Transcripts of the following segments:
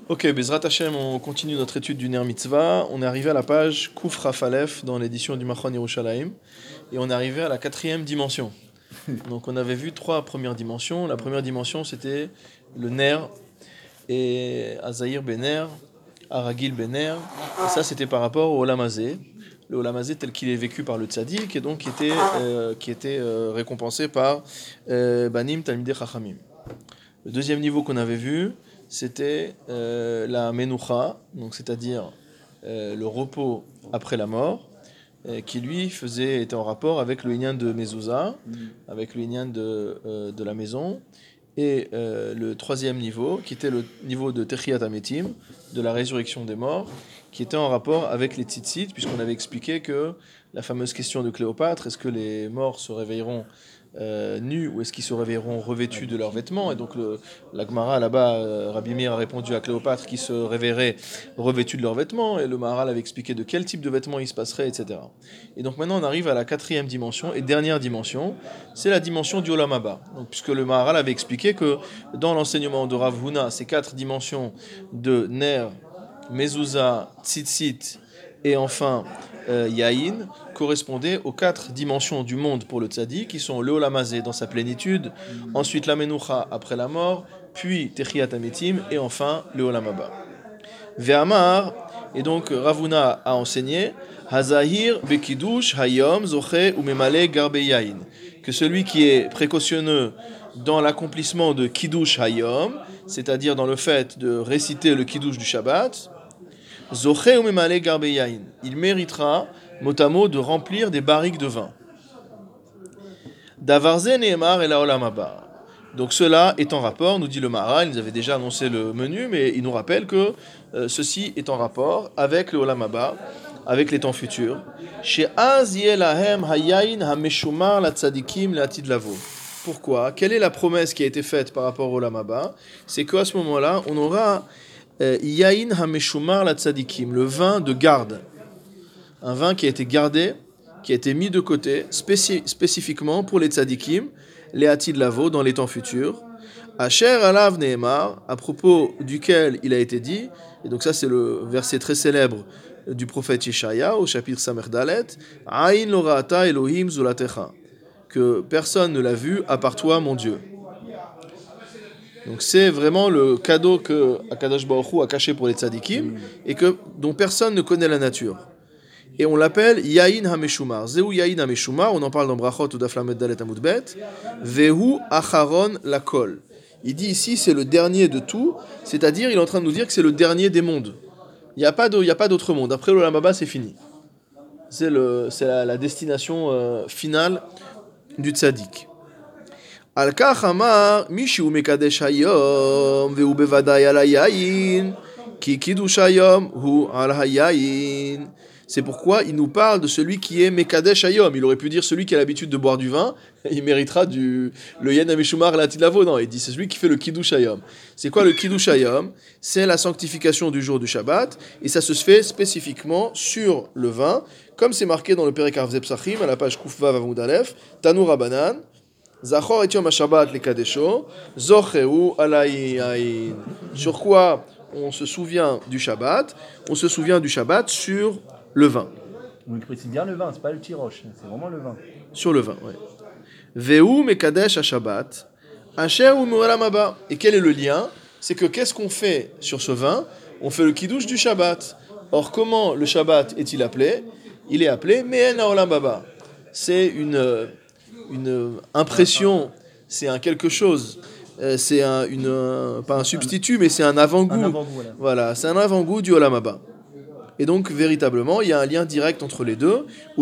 Ok, Bezrat Hashem, on continue notre étude du Ner Mitzvah. On est arrivé à la page Kuf Raf Aleph dans l'édition du Machon Yerushalayim. Et on est arrivé à la 4e dimension. Donc on avait vu 3 premières dimensions. La première dimension c'était le Ner et Azaïr Bener, Aragil Bener. Et ça c'était par rapport au Olam Hazé. Le Olam Hazé tel qu'il est vécu par le Tzadik et donc qui était récompensé par Banim Talmidei Chachamim. Le deuxième niveau qu'on avait vu, c'était la Menucha, donc c'est-à-dire le repos après la mort, qui lui était en rapport avec le Inyan de Mezouza, avec le Inyan de la maison, et le troisième niveau, qui était le niveau de Techiyat Hametim, de la résurrection des morts, qui était en rapport avec les tzitzit, puisqu'on avait expliqué que la fameuse question de Cléopâtre, est-ce que les morts se réveilleront nus ou est-ce qu'ils se réveilleront revêtus de leurs vêtements? Et donc la Gemara là-bas, Rabbi Meir a répondu à Cléopâtre qu'ils se réveilleraient revêtus de leurs vêtements, et le Maharal avait expliqué de quel type de vêtements il se passerait, etc. Et donc maintenant on arrive à la 4e dimension et dernière dimension, c'est la dimension du Olam Haba. Donc, puisque le Maharal avait expliqué que dans l'enseignement de Rav Huna, ces 4 dimensions de Ner, Mezouza, Tzitzit et enfin Yahin correspondaient aux 4 dimensions du monde pour le tzaddik, qui sont le Olam Hazé dans sa plénitude, ensuite la Menucha après la mort, puis Techiyat Hametim et enfin le Olam Haba. Ve'amar, et donc Ravuna a enseigné Hazahir bekidush hayom zoche umemale garbe yahin, que celui qui est précautionneux dans l'accomplissement de Kiddush Hayom, c'est-à-dire dans le fait de réciter le Kiddush du Shabbat, Zoché ou Memale Garbe Yahin, il méritera mot à mot de remplir des barriques de vin. Davarze Nehemar et la Olam Haba. Donc cela est en rapport, nous dit le Maharal, il nous avait déjà annoncé le menu, mais il nous rappelle que ceci est en rapport avec le Olam Haba, avec les temps futurs. She'az yelahem hayayin hameshumar la tzadikim le'atid lavo. Pourquoi? Quelle est la promesse qui a été faite par rapport au Olam Haba? C'est qu'à ce moment-là, on aura Yain Hameshumar la Tzadikim, le vin de garde. Un vin qui a été gardé, qui a été mis de côté, spécifiquement pour les Tzadikim, les Atid Lavo, dans les temps futurs. Asher Alav Nehemar, à propos duquel il a été dit, et donc ça c'est le verset très célèbre du prophète Yeshaya, au chapitre Samer Dalet, Ain Lorata Elohim Zulatecha, que personne ne l'a vu à part toi, mon Dieu. Donc c'est vraiment le cadeau que Akadosh Baruch Hu a caché pour les tzadikim et dont personne ne connaît la nature. Et on l'appelle Yahin HaMeshumar. Zehu Yahin HaMeshumar, on en parle dans Brachot ou Daf Lamed Dalet Amud Bet. Vehu Acharon Lakol. Il dit ici c'est le dernier de tout, c'est-à-dire il est en train de nous dire que c'est le dernier des mondes. Il n'y a pas d'autre monde. Après l'Olam Haba c'est fini. C'est la destination finale du tzadik. על כך אמר מי שהוא מקדש היום והוא בוודאי על היין כי קידוש היום הוא על היין. C'est pourquoi il nous parle de celui qui est Mekadesh Hayom. Il aurait pu dire celui qui a l'habitude de boire du vin, il méritera le Yen Ameshumar la Tilavo. Non, il dit c'est celui qui fait le Kiddush Hayom. C'est quoi le Kiddush Hayom? C'est la sanctification du jour du Shabbat, et ça se fait spécifiquement sur le vin, comme c'est marqué dans le Perek Arvze Psachim, à la page Koufvav Amud Aleph, Tanu Rabanan, Zachor et Yom HaShabbat le Kadesho, Zocheu alayin. Sur quoi on se souvient du Shabbat? On se souvient du Shabbat sur le vin. On précise bien le vin, c'est pas le tiroche, c'est vraiment le vin. Sur le vin, oui. Veu mekadesh ha-Shabbat, asher ou me'olam haba. Et quel est le lien? C'est que qu'est-ce qu'on fait sur ce vin? On fait le kiddush du Shabbat. Or, comment le Shabbat est-il appelé? Il est appelé me'en ha'olam haba. C'est une impression, c'est un quelque chose. C'est pas un substitut, mais c'est un avant-goût. Voilà, c'est un avant-goût du Olam Haba. Et donc, véritablement, il y a un lien direct entre les deux.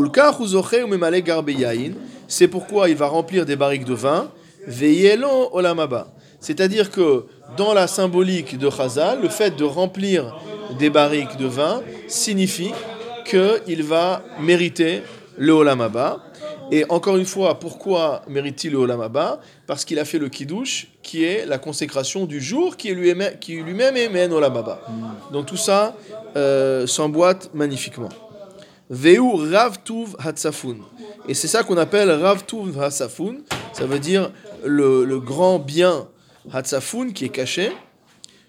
C'est pourquoi il va remplir des barriques de vin. Olam Haba. C'est-à-dire que dans la symbolique de Chazal, le fait de remplir des barriques de vin signifie qu'il va mériter le Olam Haba. Et encore une fois, pourquoi mérite-t-il le Olam Haba? Parce qu'il a fait le Kiddush, qui est la consécration du jour, qui lui-même est Men Olam Haba. Donc tout ça s'emboîte magnifiquement. Veu Rav Tuv Hatzafun. Et c'est ça qu'on appelle Rav Tuv Hatzafun. Ça veut dire le grand bien Hatzafun qui est caché.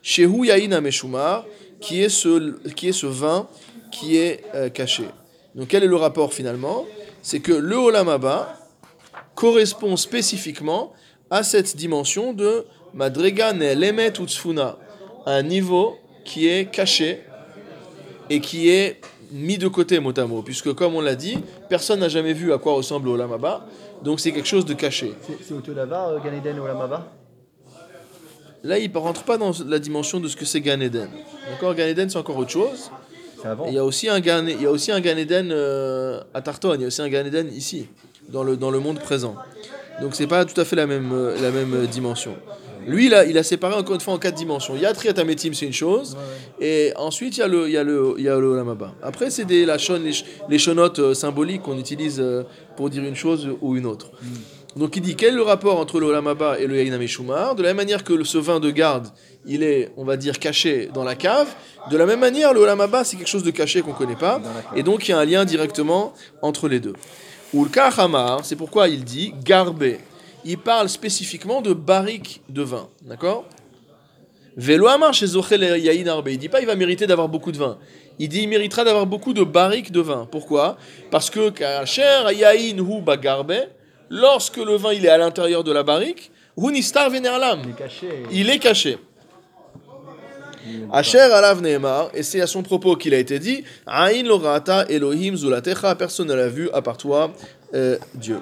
Shehu Yain Ameshumar, qui est ce vin qui est caché. Donc quel est le rapport finalement? C'est que le Olam Haba correspond spécifiquement à cette dimension de Madrega Ne'elemet Utzfuna, un niveau qui est caché et qui est mis de côté mot à mot, puisque comme on l'a dit, personne n'a jamais vu à quoi ressemble le Olam Haba, donc c'est quelque chose de caché. C'est Otolava, Gan Eden et Olam Haba? Là, il ne rentre pas dans la dimension de ce que c'est Gan Eden. D'accord, Gan Eden, c'est encore autre chose. C'est avant. Il y a aussi un Gan Eden à Tarton, il y a aussi un Gan Eden ici, dans le monde présent. Donc c'est pas tout à fait la même dimension. Lui, là, il a séparé encore une fois en 4 dimensions. Il y a Triat Ametim, c'est une chose, et ensuite il y a le Olam Haba. Après, c'est les shonotes symboliques qu'on utilise pour dire une chose ou une autre. Donc il dit, quel est le rapport entre le Olam Haba et le Yain Ameshumar? De la même manière que ce vin de garde, il est, on va dire, caché dans la cave, de la même manière, le Olam Haba, c'est quelque chose de caché qu'on ne connaît pas, et donc il y a un lien directement entre les deux. Ou le Kachamar, c'est pourquoi il dit garbé. Il parle spécifiquement de barrique de vin, d'accord? Velo Amar chez Zochel Yain Arbe. Il dit pas il va mériter d'avoir beaucoup de vin. Il dit il méritera d'avoir beaucoup de barriques de vin. Pourquoi? Parce que Kacher Yain Hu Bagarbe, lorsque le vin il est à l'intérieur de la barrique, Hu Nistar Venerlam. Il est caché. Asher alav neemar, et c'est à son propos qu'il a été dit, Aïn lorata Elohim zulatecha, personne ne l'a vu à part toi, Dieu.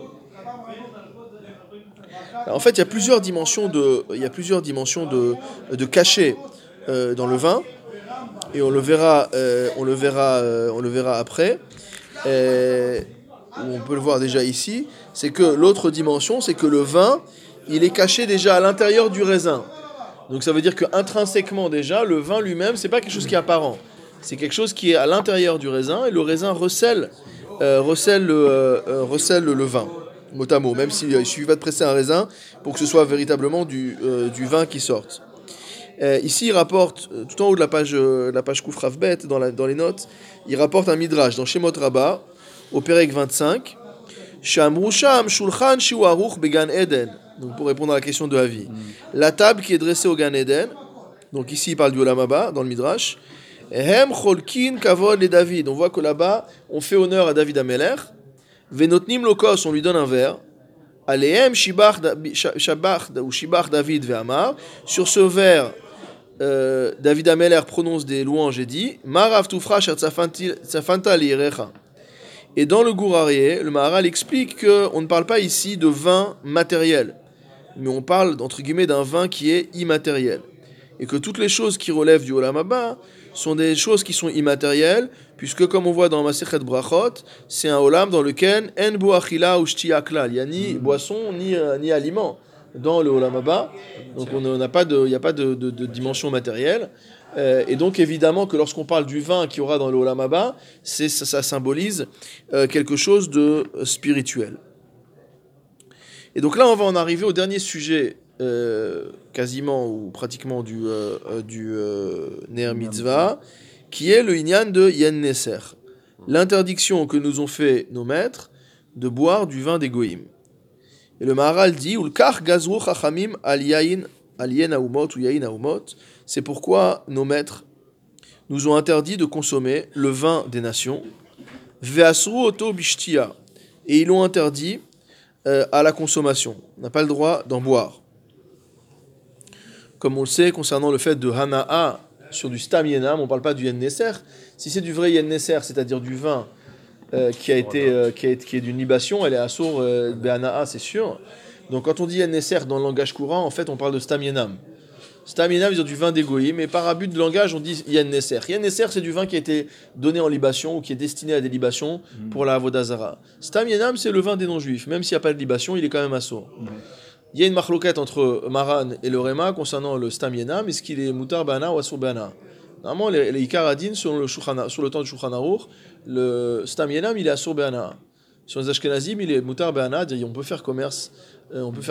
Alors, en fait, il y a plusieurs dimensions de cachet dans le vin, et on le verra après. On peut le voir déjà ici. C'est que l'autre dimension, c'est que le vin, il est caché déjà à l'intérieur du raisin. Donc ça veut dire qu'intrinsèquement déjà, le vin lui-même, c'est pas quelque chose qui est apparent. C'est quelque chose qui est à l'intérieur du raisin, et le raisin recèle le vin, mot à mot, même s'il suffit pas de presser un raisin pour que ce soit véritablement du vin qui sorte. Ici, il rapporte, tout en haut de la page Kouf Rav Bet, dans les notes, il rapporte un midrash dans Shemot Rabbah, au Pérec 25, Shamru Sham Shulchan Shiu Aruch Began Eden. Donc pour répondre à la question de Avi, la table qui est dressée au Gan Eden, donc ici il parle du Olam Haba dans le Midrash, Hem Cholkin Kavod les David, on voit que là-bas on fait honneur à David Amelech, Venotnim Lokos, on lui donne un verre, Alehem Shibach David Ve'amar, sur ce verre David Amelech prononce des louanges et dit, Marav Tufra Sher Tzafanta Lirecha. Et dans le Gourarié, le Maharal explique qu'on ne parle pas ici de vin matériel, mais on parle, entre guillemets, d'un vin qui est immatériel. Et que toutes les choses qui relèvent du Olam Haba sont des choses qui sont immatérielles, puisque comme on voit dans Masechet Brachot, c'est un Olam dans lequel En bo achila ou shtia klal. Il n'y a ni boisson, ni aliment dans le Olam Haba. Donc il n'y a pas de dimension matérielle. Et donc évidemment que lorsqu'on parle du vin qu'il y aura dans le Olam Haba, ça symbolise quelque chose de spirituel. Et donc là on va en arriver au dernier sujet quasiment ou pratiquement du Ner Mitzvah, qui est le Inyan de Yen Neser, l'interdiction que nous ont fait nos maîtres de boire du vin des Goïm. Et le Maharal dit Ulkach gazru chachamim al yen haumot ou yain haumot. C'est pourquoi nos maîtres nous ont interdit de consommer le vin des nations. Ve'asru oto bishtia. Et ils l'ont interdit à la consommation. On n'a pas le droit d'en boire. Comme on le sait concernant le fait de Hana'a sur du Stam Yenam, on ne parle pas du Yen Neser. Si c'est du vrai Yen Neser, c'est-à-dire du vin qui est d'une libation, elle est assour Hana'a, c'est sûr. Donc quand on dit Yen Neser dans le langage courant, en fait on parle de Stam Yenam. Stam Yenam, ils ont du vin d'égoïm, mais par abus de langage, on dit Yen Neser. Yen Neser, c'est du vin qui a été donné en libation ou qui est destiné à des libations pour la Avodah Zara. Stam Yenam, c'est le vin des non-juifs. Même s'il n'y a pas de libation, il est quand même assour. Il y a une marloquette entre Maran et le Réma concernant le Stam Yenam, est-ce qu'il est Moutar Bana ou Asur Bana? Normalement, les Ikaradin, sur le temps du Shulchan Aruch, le Stam Yenam, il est Asur Bana. Sur les Ashkenazim, il est Moutar Bana, on peut faire commerce, on peut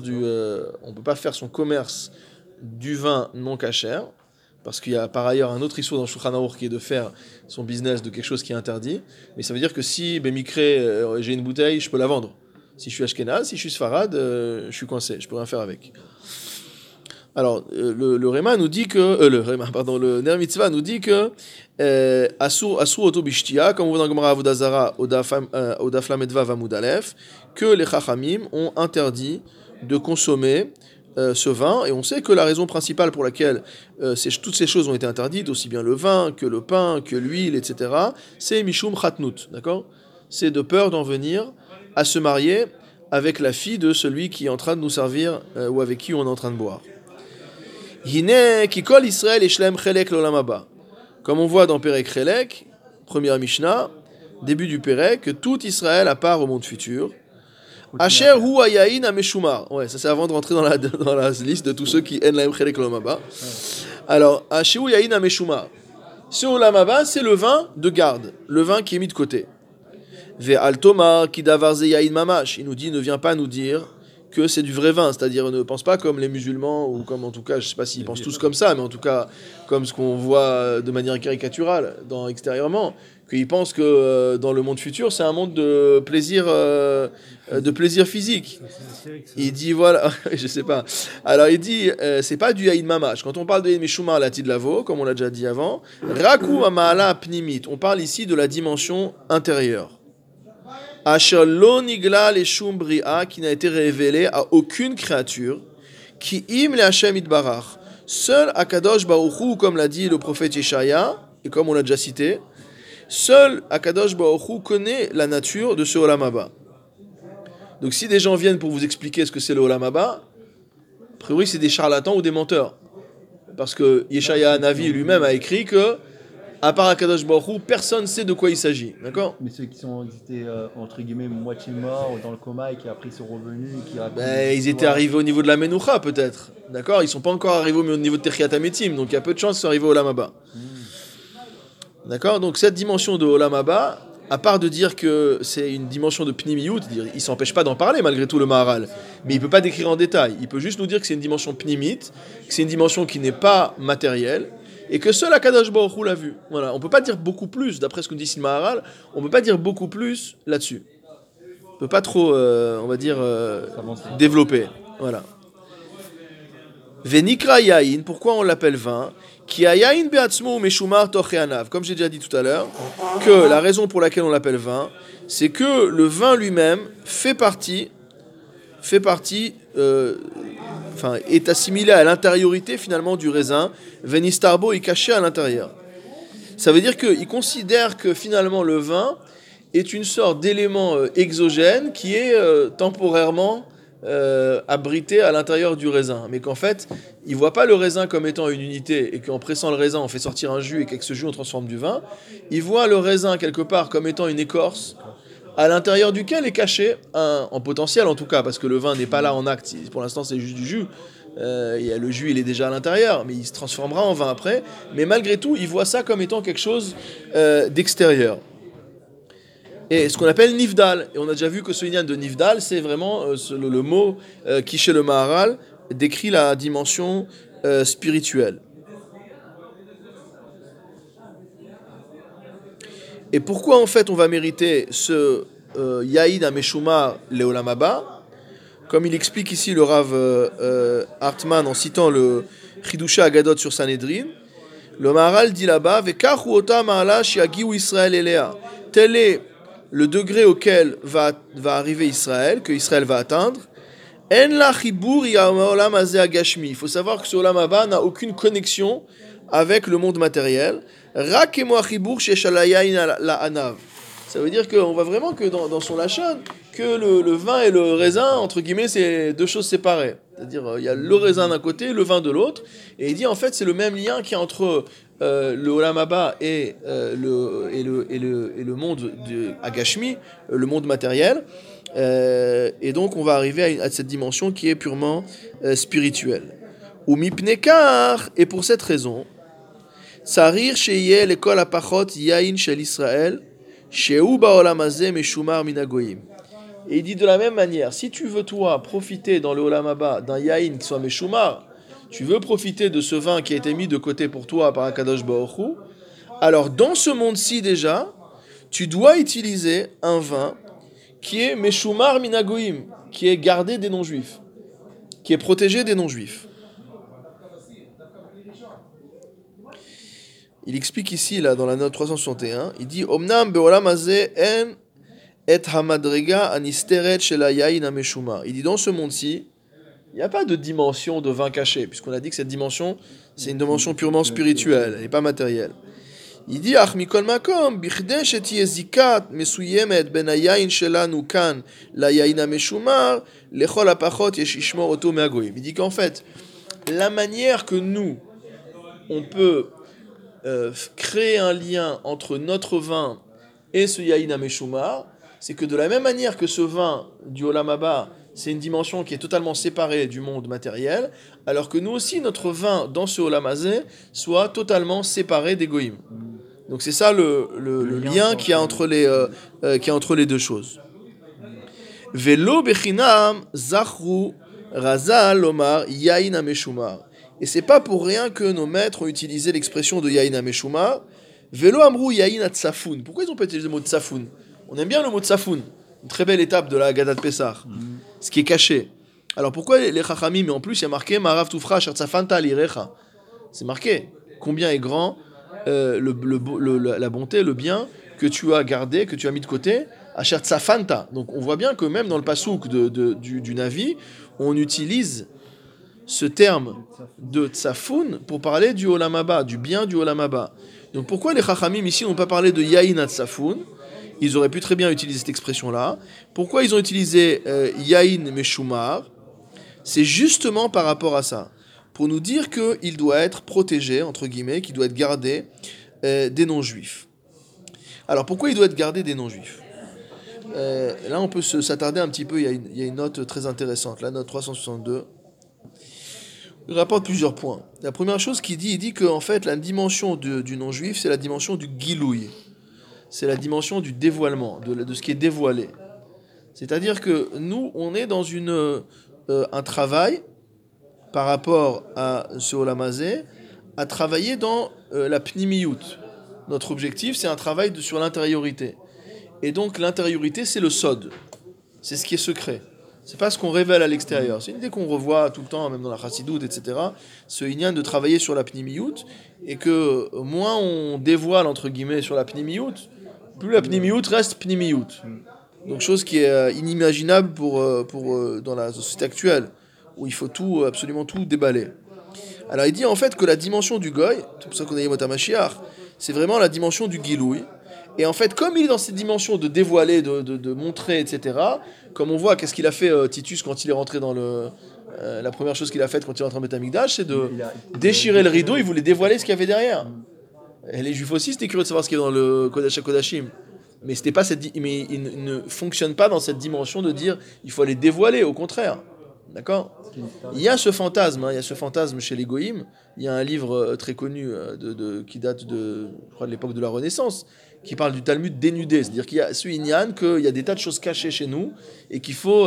pas faire son commerce du vin non cachère, parce qu'il y a par ailleurs un autre issue dans le Shulchan Aruch qui est de faire son business de quelque chose qui est interdit, mais ça veut dire que si Bemikre, j'ai une bouteille, je peux la vendre. Si je suis Ashkenaz, si je suis Sfarad, je suis coincé, je peux rien faire avec. Alors, le Réma nous dit que... le Ner Mitzvah nous dit que Asur Oto Bishtia, comme on voit dans Gemara Avodah Zara, Odaf Lamedva Vamoud Aleph, que les Chachamim ont interdit de consommer ce vin, et on sait que la raison principale pour laquelle toutes ces choses ont été interdites, aussi bien le vin que le pain, que l'huile, etc., c'est Mishum Chatnut, d'accord ? C'est de peur d'en venir à se marier avec la fille de celui qui est en train de nous servir ou avec qui on est en train de boire. Hine kikol Israël eshlem chelek l'olam haba. Comme on voit dans Perek Chelek, première Mishnah, début du Perek, que tout Israël a part au monde futur. Asher hu hayayin hameshumar. Ouais, ça c'est avant de rentrer dans la liste de tous ceux qui en lahem chelek l'olam haba. Alors, asher hu hayayin hameshumar. Ce olam haba, c'est le vin de garde, le vin qui est mis de côté. Ve'al tomar ki davar ze yayin mamash. Il nous dit, ne viens pas nous dire que c'est du vrai vin, c'est-à-dire ne pense pas comme les musulmans, ou comme en tout cas, je ne sais pas s'ils pensent tous comme ça, mais en tout cas, comme ce qu'on voit de manière caricaturale extérieurement, qu'ils pensent que dans le monde futur, c'est un monde de plaisir physique. Il dit, voilà, je ne sais pas. Alors il dit, c'est pas du yaïn mamash. Quand on parle de yaïn meshumar lati de lavo, comme on l'a déjà dit avant, raku amala pnimit, on parle ici de la dimension intérieure. Asher lo nigla leshum bria, qui n'a été révélé à aucune créature, qui im le Hashem itbarach. Seul Akadosh Baruch Hu, comme l'a dit le prophète Yeshaya, et comme on l'a déjà cité, seul Akadosh Baruch Hu connaît la nature de ce Olam Haba. Donc si des gens viennent pour vous expliquer ce que c'est le Olam Haba, a priori c'est des charlatans ou des menteurs. Parce que Yeshaya Navi lui-même a écrit que à part Akadosh Baruch Hu, personne ne sait de quoi il s'agit, d'accord ? Mais ceux qui étaient entre guillemets moitié morts dans le coma et qui après sont revenus, ils étaient arrivés au niveau de la Menoucha peut-être, d'accord ? Ils sont pas encore arrivés au niveau de Techiyat HaMetim, donc il y a peu de chances qu'ils soient arrivés au Olam Haba. D'accord ? Donc cette dimension de Olam Haba, à part de dire que c'est une dimension de Pnimiyut, il s'empêche pas d'en parler malgré tout le Maharal, mais il peut pas décrire en détail. Il peut juste nous dire que c'est une dimension Pnimite, que c'est une dimension qui n'est pas matérielle, et que seul Akadosh Baruch Hu l'a vu. Voilà. On ne peut pas dire beaucoup plus, d'après ce que dit Sil Maharal, on ne peut pas dire beaucoup plus là-dessus. On ne peut pas trop, on va dire, développer. Voilà. Venikra yain, pourquoi on l'appelle vin ? Ki yain be'atzmo meshumar toch anav. Comme j'ai déjà dit tout à l'heure, que la raison pour laquelle on l'appelle vin, c'est que le vin lui-même est assimilé à l'intériorité finalement du raisin. Venistarbo est caché à l'intérieur. Ça veut dire qu'il considère que finalement le vin est une sorte d'élément exogène qui est temporairement abrité à l'intérieur du raisin. Mais qu'en fait, il ne voit pas le raisin comme étant une unité et qu'en pressant le raisin, on fait sortir un jus et qu'avec ce jus, on transforme du vin. Il voit le raisin quelque part comme étant une écorce à l'intérieur duquel est caché, en potentiel en tout cas, parce que le vin n'est pas là en acte, pour l'instant c'est juste du jus, le jus il est déjà à l'intérieur, mais il se transformera en vin après, mais malgré tout il voit ça comme étant quelque chose d'extérieur. Et ce qu'on appelle Nifdal, et on a déjà vu que ce lien de Nifdal, c'est vraiment le mot qui chez le Maharal décrit la dimension spirituelle. Et pourquoi en fait on va mériter ce Yaïd HaMeshumar Leolam Haba ? Comme il explique ici le Rav Hartman en citant le Chidusha Agadot sur Sanhedrin, le Maharal dit là-bas Vekach hu ota ma'ala sheyagiu Israël elea. Tel est le degré auquel va arriver Israël, que Israël va atteindre. En la chibur ha'olam hazeh hagashmi. Il faut savoir que ce Olam Haba n'a aucune connexion avec le monde matériel. Rak emo achibur sheyesh al yayin la'anav. Ça veut dire qu'on voit vraiment que dans son lachon, que le vin et le raisin, entre guillemets, c'est deux choses séparées. C'est-à-dire, il y a le raisin d'un côté, le vin de l'autre. Et il dit, en fait, c'est le même lien qu'il y a entre le Olam Haba et le monde de Agashmi, le monde matériel. Et donc, on va arriver à cette dimension qui est purement spirituelle. Ou mipnekar, et pour cette raison, Sarir sheyeh lekol apachot yain shel Israël, sheu ba'olam hazeh meshumar min hagoyim. Et il dit de la même manière, si tu veux toi profiter dans le Olam Haba d'un yain qui soit meshumar, tu veux profiter de ce vin qui a été mis de côté pour toi par Akadosh Baruch Hu, alors dans ce monde-ci déjà, tu dois utiliser un vin qui est meshumar min hagoyim, qui est gardé des non-juifs, qui est protégé des non-juifs. il explique ici, là, dans la note 361, il dit Omnam be'olam hazeh en et hamadrega anisteret shel hayayin hameshumar. Il dit dans ce monde-ci, il n'y a pas de dimension de vin caché, puisqu'on a dit que cette dimension, c'est une dimension purement spirituelle, elle n'est pas matérielle. Il dit Ach mikol makom bichdei shetiyeh zikat mesuyemet ben hayayin shelanu kan layayin hameshumar lechol hapachot yesh ishmor oto mehagoyim. Il dit qu'en fait, la manière que nous, on peut créer un lien entre notre vin et ce yayin hameshumar, c'est que de la même manière que ce vin du Olam Haba, c'est une dimension qui est totalement séparée du monde matériel, alors que nous aussi, notre vin dans ce Olam Hazeh soit totalement séparé des Goïm. Donc c'est ça le lien qu'il y a entre les deux choses. Velo bechinam zachru razal omar yain hameshumar. Et c'est pas pour rien que nos maîtres ont utilisé l'expression de yain hameshumar. Velo amru yain atsafoun. Pourquoi ils ont pas utilisé le mot tsafoun? On aime bien le mot tsafoun. Une très belle étape de la Haggadah de Pessah. Ce qui est caché. Alors pourquoi les chachamim, mais en plus il y a marqué Marav Tufra Shertzafanta Lirecha. C'est marqué combien est grand la bonté, le bien que tu as gardé, que tu as mis de côté à Shertzafanta. Donc on voit bien que même dans le pasouk du Navi, on utilise ce terme de tsafoun pour parler du Olam Haba, du bien du Olam Haba. Donc pourquoi les chachamim ici n'ont pas parlé de Yain Atsafoun? Ils auraient pu très bien utiliser cette expression-là. Pourquoi ils ont utilisé Yain Meshumar? C'est justement par rapport à ça. Pour nous dire qu'il doit être protégé, entre guillemets, qu'il doit être gardé des non-juifs. Alors pourquoi il doit être gardé des non-juifs? Là on peut s'attarder un petit peu, il y a une note très intéressante, la note 362. Il rapporte plusieurs points. La première chose qu'il dit, il dit que en fait, la dimension du non-juif, c'est la dimension du gilouï. C'est la dimension du dévoilement, de ce qui est dévoilé. C'est-à-dire que nous, on est dans un travail par rapport à ce Olam Hazeh, à travailler dans la pnimiyut. Notre objectif, c'est un travail sur l'intériorité. Et donc, l'intériorité, c'est le sod. C'est ce qui est secret. C'est pas ce qu'on révèle à l'extérieur. C'est une idée qu'on revoit tout le temps, même dans la chassidoute, etc. Ce inyan de travailler sur la pnimiyut, et que moins on dévoile, entre guillemets, sur la pnimiyut, plus la pnimiyut reste pnimiyut. Donc chose qui est inimaginable dans la société actuelle, où il faut absolument tout déballer. Alors il dit en fait que la dimension du goy, c'est pour ça qu'on a Yemot HaMashiach, c'est vraiment la dimension du gilouï. Et en fait, comme il est dans cette dimension de dévoiler, de montrer, etc., comme on voit, qu'est-ce qu'il a fait Titus quand il est rentré dans la première chose qu'il a faite quand il est rentré en Beth Amikdash, c'est de déchirer le rideau, il voulait dévoiler ce qu'il y avait derrière. Et les juifs aussi, c'était curieux de savoir ce qu'il y avait dans le Kodesh HaKodashim. Mais il ne fonctionne pas dans cette dimension de dire il faut aller dévoiler, au contraire. D'accord? Il y a ce fantasme chez les Goïm. Il y a un livre très connu qui date de l'époque de la Renaissance, qui parle du Talmud dénudé. C'est-à-dire qu'il y a ce inyan qu'il y a des tas de choses cachées chez nous et qu'il faut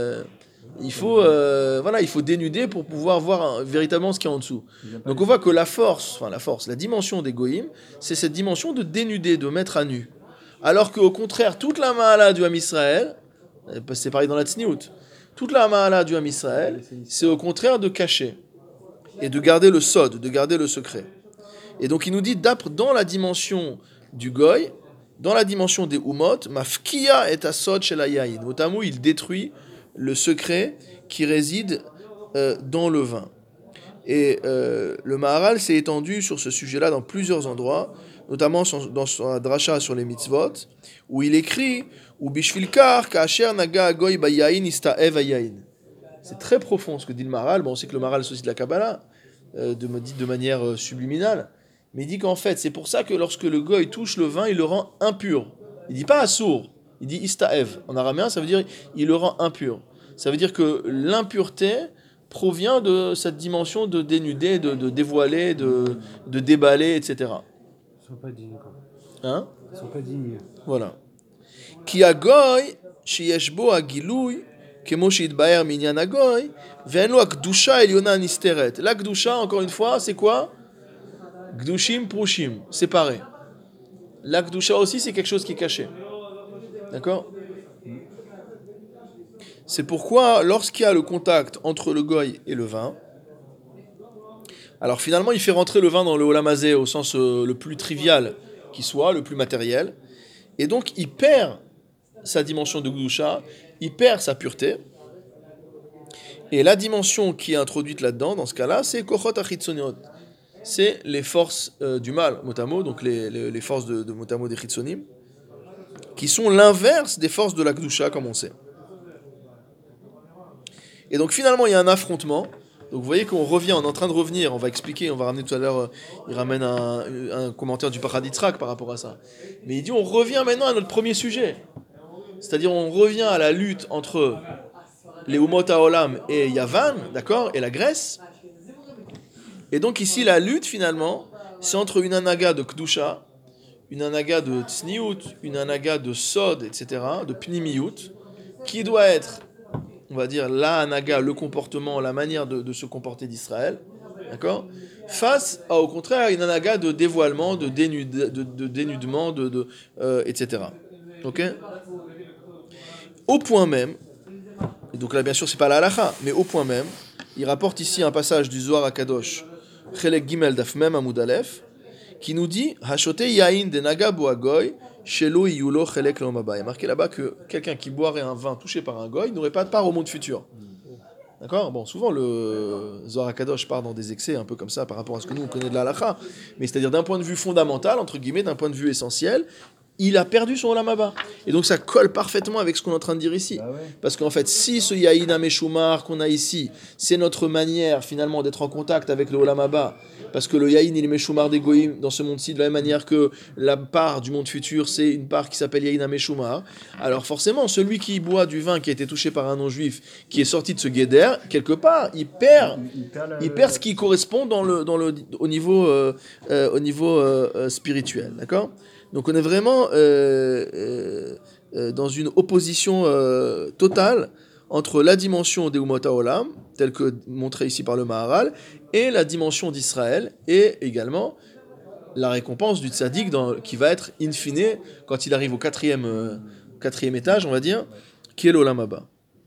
dénuder pour pouvoir voir véritablement ce qu'il y a en dessous. Donc on voit que la dimension des Goïm, c'est cette dimension de dénuder, de mettre à nu. Alors qu'au contraire, toute la Mahala du Ham Israël, c'est pareil dans la Tzniout, toute la Mahala du Ham Israël, c'est au contraire de cacher et de garder le sod, de garder le secret. Et donc il nous dit, dans la dimension du Goy, dans la dimension des Umot, Mafkia et Asod shel hayayin. Notamment, il détruit le secret qui réside dans le vin. Et le Maharal s'est étendu sur ce sujet-là dans plusieurs endroits, notamment dans son dracha sur les mitzvot, où il écrit ou bishvilkar ka'asher naga goy bayayin ista'ev hayayin. C'est très profond ce que dit le Maharal. Bon, on sait que le Maharal est aussi de la Kabbalah, dit de manière subliminale, mais il dit qu'en fait, c'est pour ça que lorsque le goy touche le vin, il le rend impur. Il dit pas assour, il dit ista'ev. En araméen, ça veut dire il le rend impur. Ça veut dire que l'impureté provient de cette dimension de dénuder, de dévoiler, de déballer, etc. Ils sont pas dignes, quoi. Hein? Ils sont pas dignes. Voilà. Ki hagoy sheyesh bo hagiluy kemo sheitbaer minyan hagoy ve'en lo hakdusha elyona nisteret. La kdusha, encore une fois, c'est quoi? Gdushim, prushim, séparé. La kdusha aussi, c'est quelque chose qui est caché. D'accord? C'est pourquoi, lorsqu'il y a le contact entre le goy et le vin, Alors finalement, il fait rentrer le vin dans le Olam Hazé au sens le plus trivial qui soit, le plus matériel. Et donc, il perd sa dimension de Gdusha, il perd sa pureté. Et la dimension qui est introduite là-dedans, dans ce cas-là, c'est Kochot Achitzoniot. C'est les forces du mal, motamo, donc les forces de motamo des Chitzonim, qui sont l'inverse des forces de la Gdusha, comme on sait. Et donc finalement, il y a un affrontement. Donc vous voyez qu'on revient, on est en train de revenir, on va expliquer, on va ramener tout à l'heure, il ramène un commentaire du Paraditzrak par rapport à ça. Mais il dit, on revient maintenant à notre premier sujet. C'est-à-dire, on revient à la lutte entre les Umot HaOlam et Yavan, d'accord, et la Grèce. Et donc ici, la lutte, finalement, c'est entre une anaga de Kdusha, une anaga de Tzniut, une anaga de Sod, etc., de Pnimiyut, qui doit être, on va dire, la anaga, le comportement, la manière de se comporter d'Israël, d'accord, face à, au contraire, une anaga de dévoilement, de dénudement, etc. Ok. Au point même, et donc là, bien sûr, c'est pas la halacha, mais au point même, il rapporte ici un passage du Zohar HaKadosh, Chelek Gimel Daf Mem Amud Aleph, qui nous dit Hashote Yain de Naga Boagoy, Shelo Iyulo Chelek Lomaba. Il est marqué là-bas que quelqu'un qui boirait un vin touché par un goy n'aurait pas de part au monde futur. D'accord. Bon, souvent le Zohar HaKadosh part dans des excès un peu comme ça par rapport à ce que nous on connaît de la halacha, mais c'est-à-dire d'un point de vue fondamental, entre guillemets, d'un point de vue essentiel, il a perdu son Olam Haba. Et donc ça colle parfaitement avec ce qu'on est en train de dire ici. Ah ouais. Parce qu'en fait, si ce Yahin HaMeshumar qu'on a ici, c'est notre manière finalement d'être en contact avec le Olam Haba, parce que le Yahin il est Meshumar des Goïm dans ce monde-ci, de la même manière que la part du monde futur, c'est une part qui s'appelle Yahin HaMeshumar, alors forcément, celui qui boit du vin qui a été touché par un non-juif, qui est sorti de ce guéder, quelque part, il perd ce qui correspond au niveau spirituel. D'accord ? Donc on est vraiment dans une opposition totale entre la dimension des Umot HaOlam, telle que montrée ici par le Maharal, et la dimension d'Israël, et également la récompense du tzaddik qui va être in fine, quand il arrive au quatrième étage, on va dire, qui est l'Olam Haba.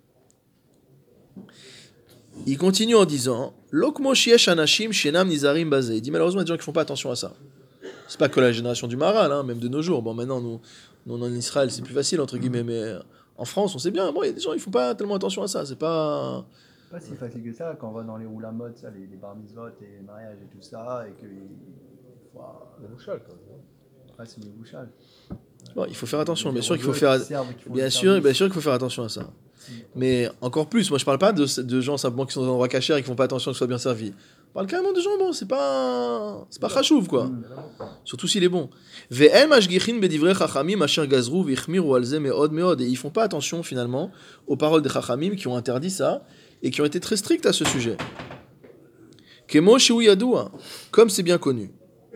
Il continue en disant Lokmo shiesh anashim shenam nizarim bazeh. Il dit malheureusement, il y a des gens qui ne font pas attention à ça. C'est pas que la génération du Maharal, hein, même de nos jours. Bon, maintenant, nous en Israël, c'est plus facile, entre guillemets, mais en France, on sait bien, bon, il y a des gens, ils font pas tellement attention à ça. C'est pas si facile que ça, quand on va dans les roulamot, ça, les bar mitzvot, les mariages et tout ça, et que... Le bouchal, quand même. Ouais, c'est le bouchal. Bon, il faut faire attention, bien sûr qu'il faut faire... Bien sûr qu'il faut faire attention à ça. Mais encore plus, moi je parle pas de gens simplement qui sont dans un endroit cachère et qui font pas attention qu'ils soient bien servis. Je parle carrément de gens, bon, c'est pas chachouv, quoi. Surtout s'il est bon. Et ils font pas attention finalement aux paroles des chachamim qui ont interdit ça et qui ont été très stricts à ce sujet. Comme c'est bien connu.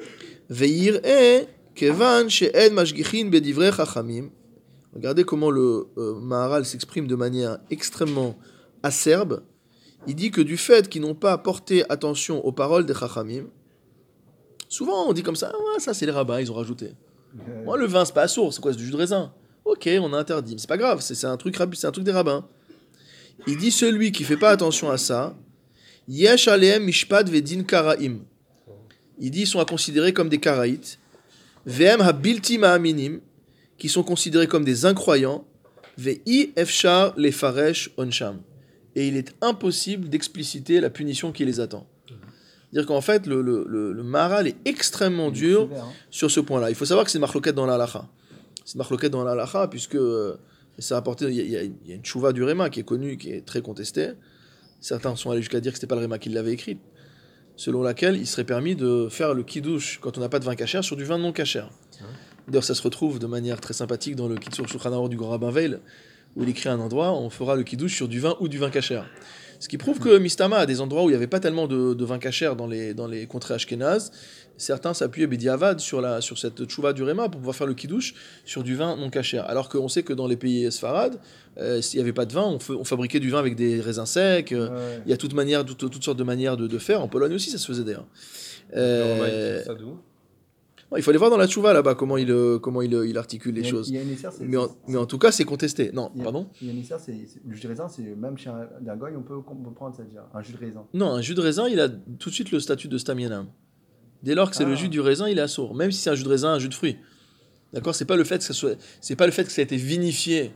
Regardez comment le Maharal s'exprime de manière extrêmement acerbe. Il dit que du fait qu'ils n'ont pas porté attention aux paroles des Chachamim, souvent on dit comme ça, ah, ça c'est les rabbins, ils ont rajouté. Moi le vin c'est pas assourd, c'est quoi, c'est du jus de raisin. Ok, on a interdit, mais c'est pas grave, c'est un truc des rabbins. Il dit celui qui fait pas attention à ça, yesh aleem mishpat vedin karaim. Il dit ils sont à considérer comme des karaïtes, ve'em habilti ma'aminim, qui sont considérés comme des incroyants, ve'i efshar les faresh onsham. Et il est impossible d'expliciter la punition qui les attend. C'est-à-dire qu'en fait, le Maharal est extrêmement dur sur ce point-là. Il faut savoir que c'est marloquette dans la halacha. C'est marloquette dans la halacha, puisque ça a apporté, il y a une tchouva du Réma qui est connue, qui est très contestée. Certains sont allés jusqu'à dire que ce n'était pas le Réma qui l'avait écrite, selon laquelle il serait permis de faire le kiddush quand on n'a pas de vin kasher sur du vin non kasher. D'ailleurs, ça se retrouve de manière très sympathique dans le Kitzur Shulchan Aruch du Grand Rabbin Veil, où il écrit à un endroit, on fera le kiddush sur du vin ou du vin kasher. Ce qui prouve que Mistama, à des endroits où il n'y avait pas tellement de vin kasher dans les contrées ashkénazes, certains s'appuyaient Bediavad sur cette tchouva du Réma pour pouvoir faire le kiddush sur du vin non kasher. Alors qu'on sait que dans les pays sfarades, s'il n'y avait pas de vin, on fabriquait du vin avec des raisins secs. Il y a toutes sortes de manières de faire. En Pologne aussi, ça se faisait d'ailleurs. Il faut aller voir dans la tchouva là-bas comment il articule les choses. Il y a une Isser, Mais en tout cas, c'est contesté. Non, pardon. Il y a une Isser, le jus de raisin, c'est même chez un goy, on peut prendre, c'est-à-dire un jus de raisin. Non, un jus de raisin, il a tout de suite le statut de stamianam. Dès lors que c'est le jus du raisin, il est assourd. Même si c'est un jus de raisin, un jus de fruits. D'accord, c'est pas le fait que ça a été vinifié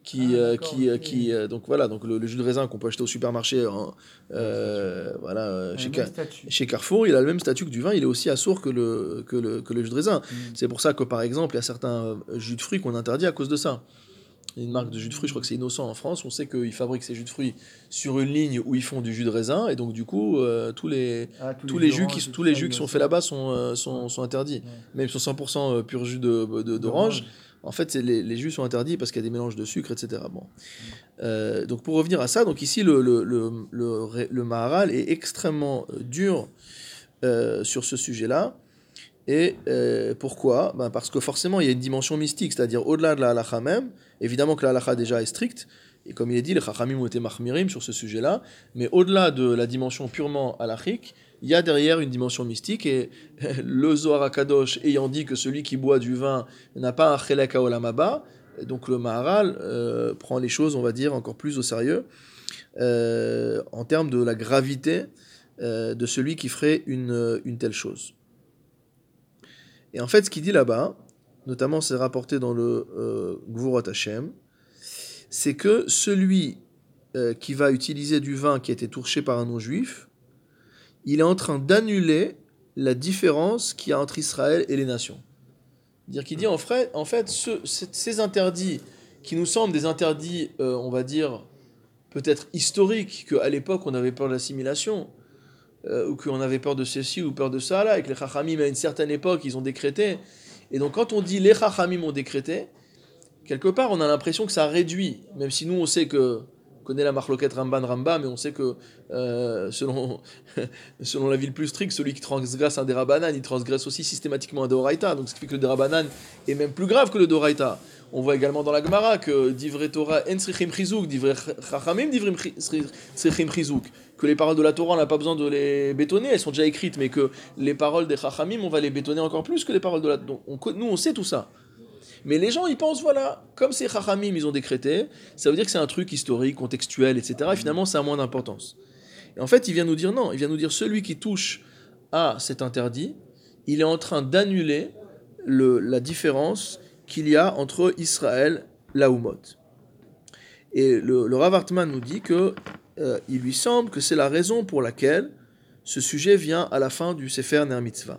donc voilà, donc le jus de raisin qu'on peut acheter au supermarché chez Carrefour, il a le même statut que du vin, il est aussi assourd que le jus de raisin. C'est pour ça que par exemple il y a certains jus de fruits qu'on interdit à cause de ça. Il y a une marque de jus de fruits, je crois que c'est Innocent en France, on sait qu'ils fabriquent ces jus de fruits sur une ligne où ils font du jus de raisin, et donc du coup tous les jus qui sont faits là-bas sont interdits. Même si sont 100% pur jus d'orange, en fait les jus sont interdits parce qu'il y a des mélanges de sucre, etc. Bon. Donc pour revenir à ça, donc ici le Maharal est extrêmement dur sur ce sujet-là. Et pourquoi ? Parce que forcément il y a une dimension mystique, c'est-à-dire au-delà de la halakha même. Évidemment que la halakha déjà est stricte, et comme il est dit, les chachamim ont été mahmirim sur ce sujet-là, mais au-delà de la dimension purement halachique, il y a derrière une dimension mystique, et le Zohar HaKadosh ayant dit que celui qui boit du vin n'a pas un chelek haolam haba, donc le Maharal prend les choses, on va dire, encore plus au sérieux, en termes de la gravité de celui qui ferait une telle chose. Et en fait, ce qu'il dit là-bas, notamment c'est rapporté dans le Gvurot Hashem, c'est que celui qui va utiliser du vin qui a été touché par un non-juif, il est en train d'annuler la différence qu'il y a entre Israël et les nations. C'est-à-dire qu'il dit en fait ces interdits qui nous semblent des interdits, on va dire, peut-être historiques, qu'à l'époque on avait peur de l'assimilation, ou qu'on avait peur de ceci ou peur de ça, là, et que les Chachamim, à une certaine époque, ils ont décrété. Et donc, quand on dit les Chachamim ont décrété, quelque part, on a l'impression que ça réduit, même si nous, on sait que, on connaît la marloquette Ramban-Ramba, mais on sait que, selon la ville plus stricte, celui qui transgresse un Derabanan, il transgresse aussi systématiquement un Deoraita. Donc, ce qui fait que le Derabanan est même plus grave que le Deoraita. On voit également dans la Gemara que Divrei Torah en srichim chizuk, Divrei Chachamim Divrei srichim chizuk, que les paroles de la Torah, on n'a pas besoin de les bétonner, elles sont déjà écrites, mais que les paroles des Chachamim, on va les bétonner encore plus que les paroles de la Torah. Nous, on sait tout ça. Mais les gens, ils pensent, voilà, comme ces Chachamim, ils ont décrété, ça veut dire que c'est un truc historique, contextuel, etc. Et finalement, ça a moins d'importance. Et en fait, il vient nous dire non, il vient nous dire celui qui touche à cet interdit, il est en train d'annuler la différence qu'il y a entre Israël et la Oumot. Et le Rav Hartman nous dit que il lui semble que c'est la raison pour laquelle ce sujet vient à la fin du Sefer Ner Mitzvah.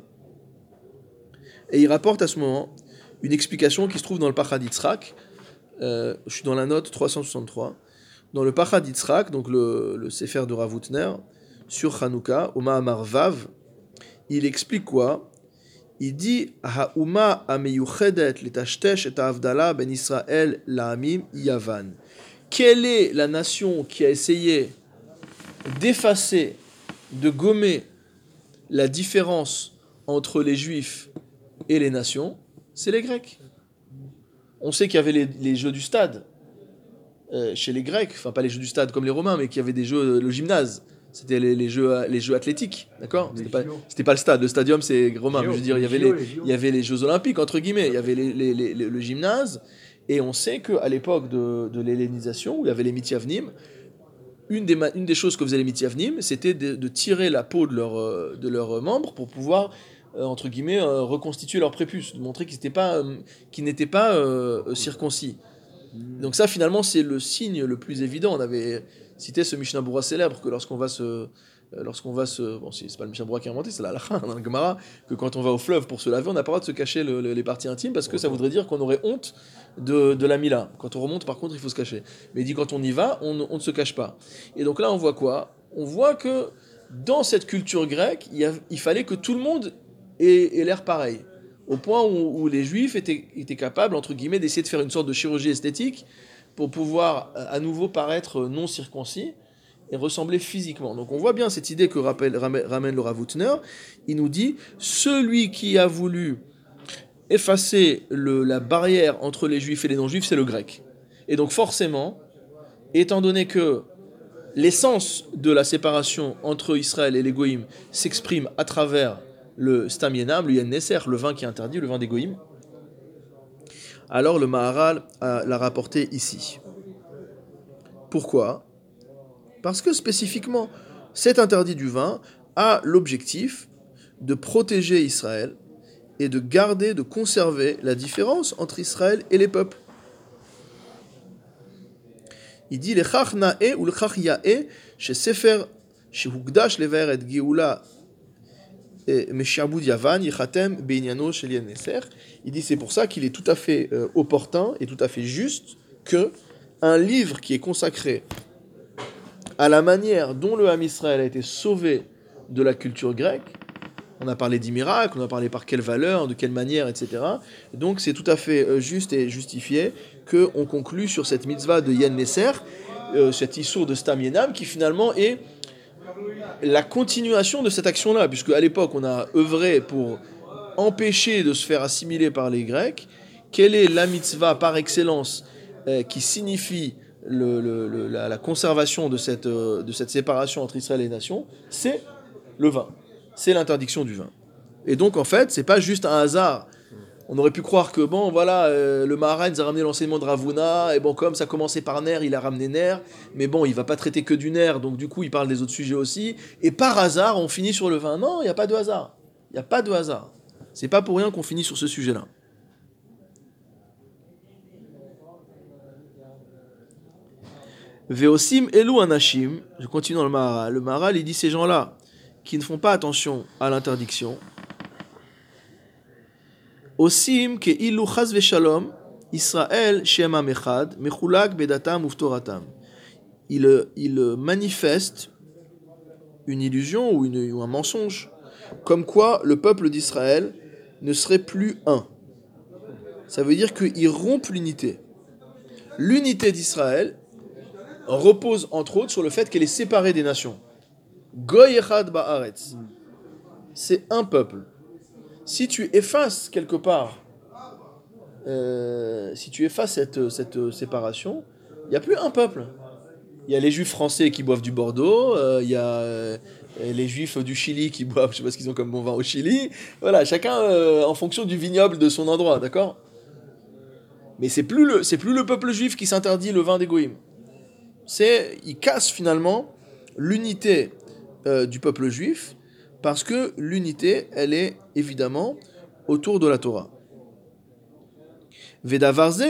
Et il rapporte à ce moment une explication qui se trouve dans le Pachad Yitzhak. Je suis dans la note 363. Dans le Pachad Yitzhak, donc le Sefer de Rav Hutner, sur Hanouka, au Mahamar Vav, il explique quoi ? Il dit Ha'uma ameyuchedet letashtesh et ha'avdala ben Israël la'amim Yavan. Quelle est la nation qui a essayé d'effacer, de gommer la différence entre les Juifs et les nations ? C'est les Grecs. On sait qu'il y avait les jeux du stade chez les Grecs, enfin pas les jeux du stade comme les Romains, mais qu'il y avait des jeux, le gymnase. C'était les jeux athlétiques, d'accord ? C'était pas le stade, le stadium c'est romain. Je veux dire, il y avait les Jeux Olympiques entre guillemets, il y avait le gymnase, et on sait qu'à l'époque de l'hellénisation, où il y avait les Mityavnim, une des choses que faisaient les Mityavnim, c'était de tirer la peau de leurs membres pour pouvoir entre guillemets reconstituer leur prépuce, de montrer qu'ils n'étaient pas circoncis. Donc ça finalement c'est le signe le plus évident. On avait cité ce Mishnah Berurah célèbre que lorsqu'on va se bon, c'est pas le Mishnah Berurah qui a inventé, c'est la halakha dans la Gemara, que quand on va au fleuve pour se laver, on n'a pas le droit de se cacher les parties intimes parce que ça voudrait dire qu'on aurait honte de la mila. Quand on remonte par contre il faut se cacher. Mais il dit quand on y va, on ne se cache pas. Et donc là on voit quoi ? On voit que dans cette culture grecque, il fallait que tout le monde ait l'air pareil. Au point où les Juifs étaient capables, entre guillemets, d'essayer de faire une sorte de chirurgie esthétique pour pouvoir à nouveau paraître non circoncis et ressembler physiquement. Donc on voit bien cette idée que ramène le Rav Hutner. Il nous dit, celui qui a voulu effacer la barrière entre les Juifs et les non-Juifs, c'est le grec. Et donc forcément, étant donné que l'essence de la séparation entre Israël et les Goïm s'exprime à travers le Stam Yenam, le Yen Neser, le vin qui est interdit, le vin des Goïm. Alors le Maharal l'a rapporté ici. Pourquoi ? Parce que spécifiquement, cet interdit du vin a l'objectif de protéger Israël et de garder, de conserver la différence entre Israël et les peuples. Il dit le chach na'e ou le chach ya'e chez Sefer shehugdash lever et geoula meshabud yavan yichatem beinyano shel yen neser. Il dit c'est pour ça qu'il est tout à fait opportun et tout à fait juste que un livre qui est consacré à la manière dont le Ham Israël a été sauvé de la culture grecque. On a parlé des miracles, on a parlé par quelle valeur, de quelle manière, etc. Donc c'est tout à fait juste et justifié qu'on conclue sur cette mitzvah de Yen Neser, cet issour de Stam Yenam, qui finalement est la continuation de cette action-là, puisque à l'époque on a œuvré pour empêcher de se faire assimiler par les Grecs. Quelle est la mitzvah par excellence qui signifie la conservation de cette séparation entre Israël et les nations? C'est le vin. C'est l'interdiction du vin. Et donc, en fait, c'est pas juste un hasard. On aurait pu croire que, bon, voilà, le Maharal nous a ramené l'enseignement de Ravuna, et bon, comme ça commençait par Ner, il a ramené Ner, mais bon, il va pas traiter que du Ner, donc du coup, il parle des autres sujets aussi, et par hasard, on finit sur le vin. Non, il n'y a pas de hasard. Il n'y a pas de hasard. C'est pas pour rien qu'on finit sur ce sujet-là. Veosim elu anashim, je continue dans le Maharal. Le Maharal, il dit ces gens-là, qui ne font pas attention à l'interdiction. Osim ke ilu chaz veshalom Israël shema mechad mechulak bedatam uftoratam. Il manifeste une illusion ou un mensonge, comme quoi le peuple d'Israël ne serait plus un. Ça veut dire qu'il rompt l'unité. L'unité d'Israël repose entre autres sur le fait qu'elle est séparée des nations. Goy echad ba'aretz. C'est un peuple. Si tu effaces quelque part, si tu effaces cette séparation, il n'y a plus un peuple. Il y a les juifs français qui boivent du Bordeaux, il y a les juifs du Chili qui boivent, je sais pas ce qu'ils ont comme bon vin au Chili. Voilà, chacun en fonction du vignoble de son endroit, d'accord ? Mais c'est plus le peuple juif qui s'interdit le vin des Goïm. Il casse finalement l'unité du peuple juif, parce que l'unité, elle est évidemment autour de la Torah. Vedavarze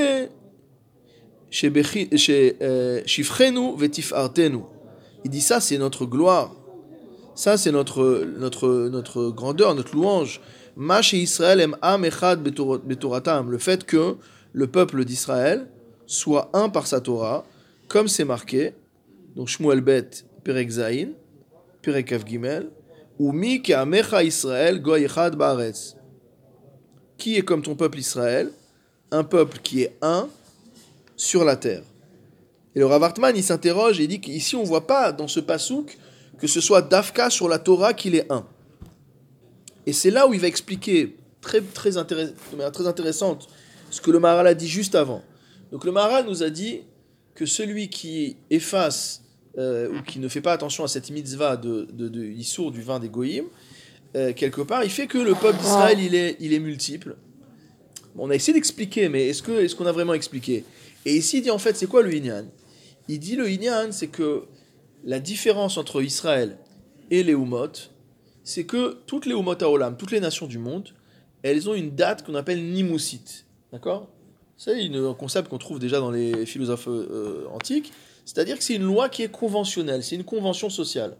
shifrenu vetif'artenu. Il dit ça, c'est notre gloire. Ça, c'est notre grandeur, notre louange. Ma chez Israël em am echad betoratam. Le fait que le peuple d'Israël soit un par sa Torah, comme c'est marqué, donc Shmuel Bet, Perek Zayin, Perek Kaf Gimel, ou mi ke'amecha Israël goy echad ba'aretz. Qui est comme ton peuple Israël, un peuple qui est un sur la terre. Et le Rav Hartman, il s'interroge et il dit qu'ici on ne voit pas dans ce pasouk que ce soit Dafka sur la Torah qu'il est un. Et c'est là où il va expliquer de manière très intéressante ce que le Maharal a dit juste avant. Donc le Maharal nous a dit que celui qui efface ou qui ne fait pas attention à cette mitzvah de Issour du vin des Goïm, quelque part, il fait que le peuple d'Israël, il est multiple. Bon, on a essayé d'expliquer, mais est-ce qu'on a vraiment expliqué ? Et ici, il dit en fait, c'est quoi le Inyan ? Il dit le Inyan, c'est que la différence entre Israël et les Umot, c'est que toutes les Umot Haolam, toutes les nations du monde, elles ont une date qu'on appelle Nimusit. D'accord ? C'est un concept qu'on trouve déjà dans les philosophes antiques. C'est-à-dire que c'est une loi qui est conventionnelle, c'est une convention sociale.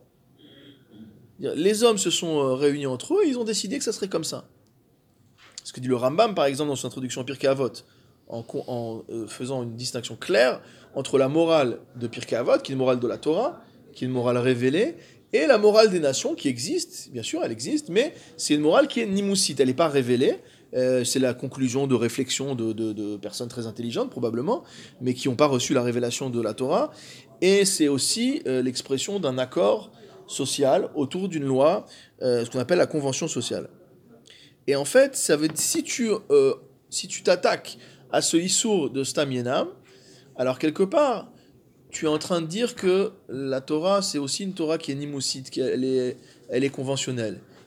Les hommes se sont réunis entre eux et ils ont décidé que ça serait comme ça. Ce que dit le Rambam, par exemple, dans son introduction à Pirkei Avot, en faisant une distinction claire entre la morale de Pirkei Avot, qui est une morale de la Torah, qui est une morale révélée, et la morale des nations, qui existe, bien sûr, elle existe, mais c'est une morale qui est nimusit, elle n'est pas révélée, c'est la conclusion de réflexion de personnes très intelligentes, probablement, mais qui n'ont pas reçu la révélation de la Torah, et c'est aussi l'expression d'un accord social autour d'une loi, ce qu'on appelle la convention sociale. Et en fait, ça veut si tu t'attaques à ce issour de Stam Yenam, alors quelque part, tu es en train de dire que la Torah, c'est aussi une Torah qui est nimusit, elle est conventionnelle.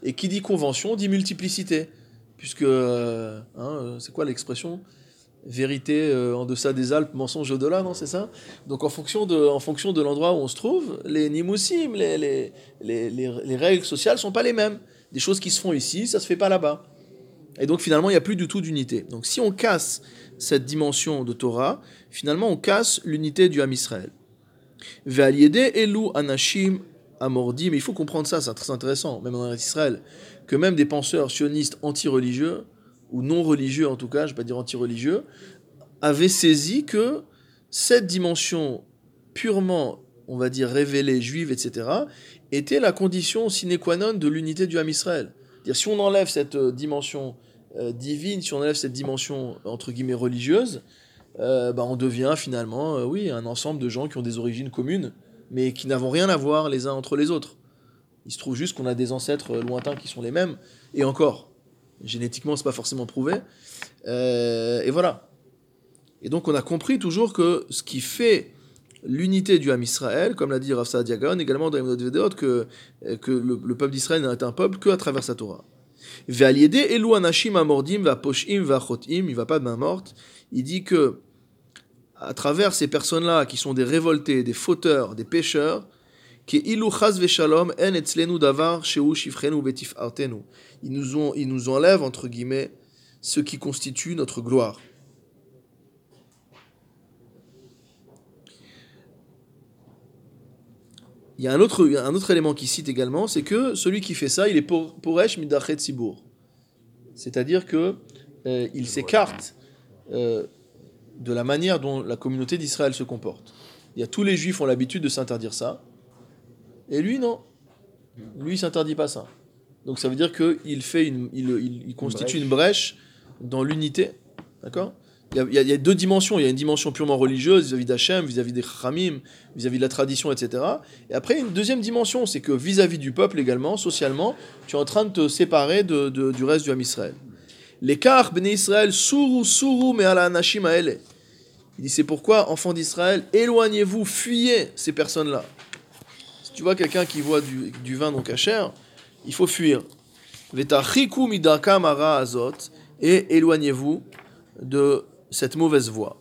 Et qui dit convention dit multiplicité. Puisque, c'est quoi l'expression ? Vérité en deçà des Alpes, mensonge au-delà, non, c'est ça ? Donc en fonction de l'endroit où on se trouve, les nimusim, les règles sociales sont pas les mêmes. Des choses qui se font ici, ça se fait pas là-bas. Et donc finalement, il n'y a plus du tout d'unité. Donc si on casse cette dimension de Torah, finalement on casse l'unité du Ham Israël. Ve'aliede elu anashim amordim, mais il faut comprendre ça, c'est très intéressant, même en Israël, que même des penseurs sionistes anti-religieux, ou non religieux en tout cas, je ne vais pas dire anti-religieux, avaient saisi que cette dimension purement, on va dire, révélée, juive, etc., était la condition sine qua non de l'unité du Ham Israël. C'est-à-dire, si on enlève cette dimension divine, si on enlève cette dimension, entre guillemets, religieuse, on devient finalement, un ensemble de gens qui ont des origines communes, mais qui n'avons rien à voir les uns entre les autres. Il se trouve juste qu'on a des ancêtres lointains qui sont les mêmes, et encore, génétiquement, c'est pas forcément prouvé. Et voilà. Et donc, on a compris toujours que ce qui fait l'unité du Ham Israël, comme l'a dit Rav Saadia Gaon, également dans les Emunot Vedeot, que le peuple d'Israël n'est un peuple qu'à travers sa Torah. Ve'aliede elu anashim amordim ve'aposhim ve'achotim, il va pas de main morte. Il dit que à travers ces personnes-là qui sont des révoltés, des fauteurs, des pécheurs, qui ilu chas ve'shalom en etzlenu davar sheu shifrenu ve'tifartenu. Ils nous enlèvent entre guillemets ce qui constitue notre gloire. Il y a un autre élément qui cite également, c'est que celui qui fait ça, il est poresh midachet tzibur. C'est-à-dire que il s'écarte de la manière dont la communauté d'Israël se comporte. Tous les juifs ont l'habitude de s'interdire ça, et lui non. Lui, il s'interdit pas ça. Donc ça veut dire qu'il constitue une brèche dans l'unité, d'accord ? Il y a deux dimensions. Il y a une dimension purement religieuse vis-à-vis d'Hachem, vis-à-vis des Chachamim, vis-à-vis de la tradition, etc. Et après, une deuxième dimension, c'est que vis-à-vis du peuple également, socialement, tu es en train de te séparer du reste du Ham Israël. L'écart, Bnei Israël, sourou, mais ala anashim aele. Il dit, c'est pourquoi, enfants d'Israël, éloignez-vous, fuyez ces personnes-là. Si tu vois quelqu'un qui voit du vin non kasher, il faut fuir. Vetachiku midakam hara azot, et éloignez-vous de cette mauvaise voie.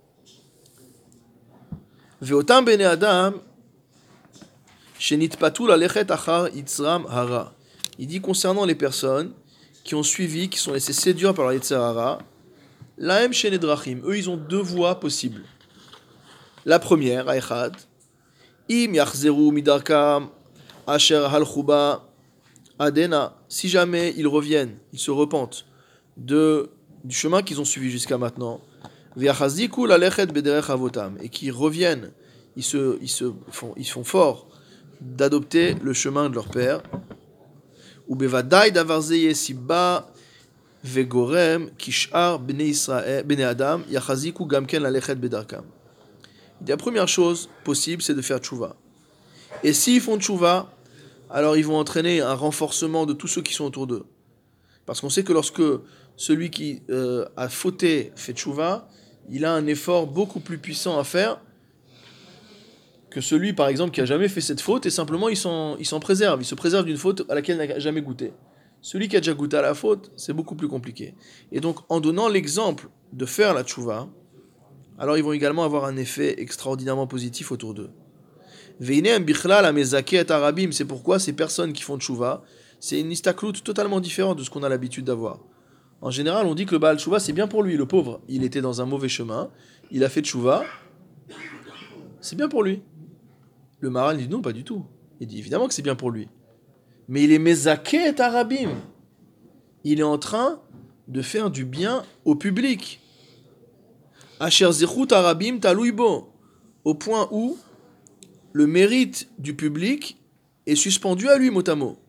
Ve'otam bnei adam shenitpatu lalechet achar yitzram hara. Il dit concernant les personnes qui ont suivi, qui sont laissées séduire par leur yetzer hara, lahem shenedrachim, eux ils ont deux voies possibles. La première, haechad, im yachzeru midarkam asher halchuba adena, si jamais ils reviennent, ils se repentent du chemin qu'ils ont suivi jusqu'à maintenant, ve'achaziku lalechet bederech avotam, et qui reviennent, ils font fort d'adopter le chemin de leur père. Ou bevadai davar ze yesiba vegorem kishar bnei adam yachaziku gamken lalechet bedarkam. La première chose possible, c'est de faire tchouva. Et s'ils font tchouva, alors ils vont entraîner un renforcement de tous ceux qui sont autour d'eux. Parce qu'on sait que lorsque celui qui a fauté fait tchouva, il a un effort beaucoup plus puissant à faire que celui, par exemple, qui a jamais fait cette faute, et simplement il s'en préserve. Il se préserve d'une faute à laquelle il n'a jamais goûté. Celui qui a déjà goûté à la faute, c'est beaucoup plus compliqué. Et donc, en donnant l'exemple de faire la tchouva, alors ils vont également avoir un effet extraordinairement positif autour d'eux. C'est pourquoi ces personnes qui font tchouva, c'est une istaklout totalement différente de ce qu'on a l'habitude d'avoir. En général, on dit que le Baal tchouva, c'est bien pour lui, le pauvre. Il était dans un mauvais chemin, il a fait tchouva, c'est bien pour lui. Le Maharal dit non, pas du tout. Il dit évidemment que c'est bien pour lui. Mais il est mezaké arabim. Il est en train de faire du bien au public. Asher zechut arabim talouibo. Au point où le mérite du public est suspendu à lui, mot à mot.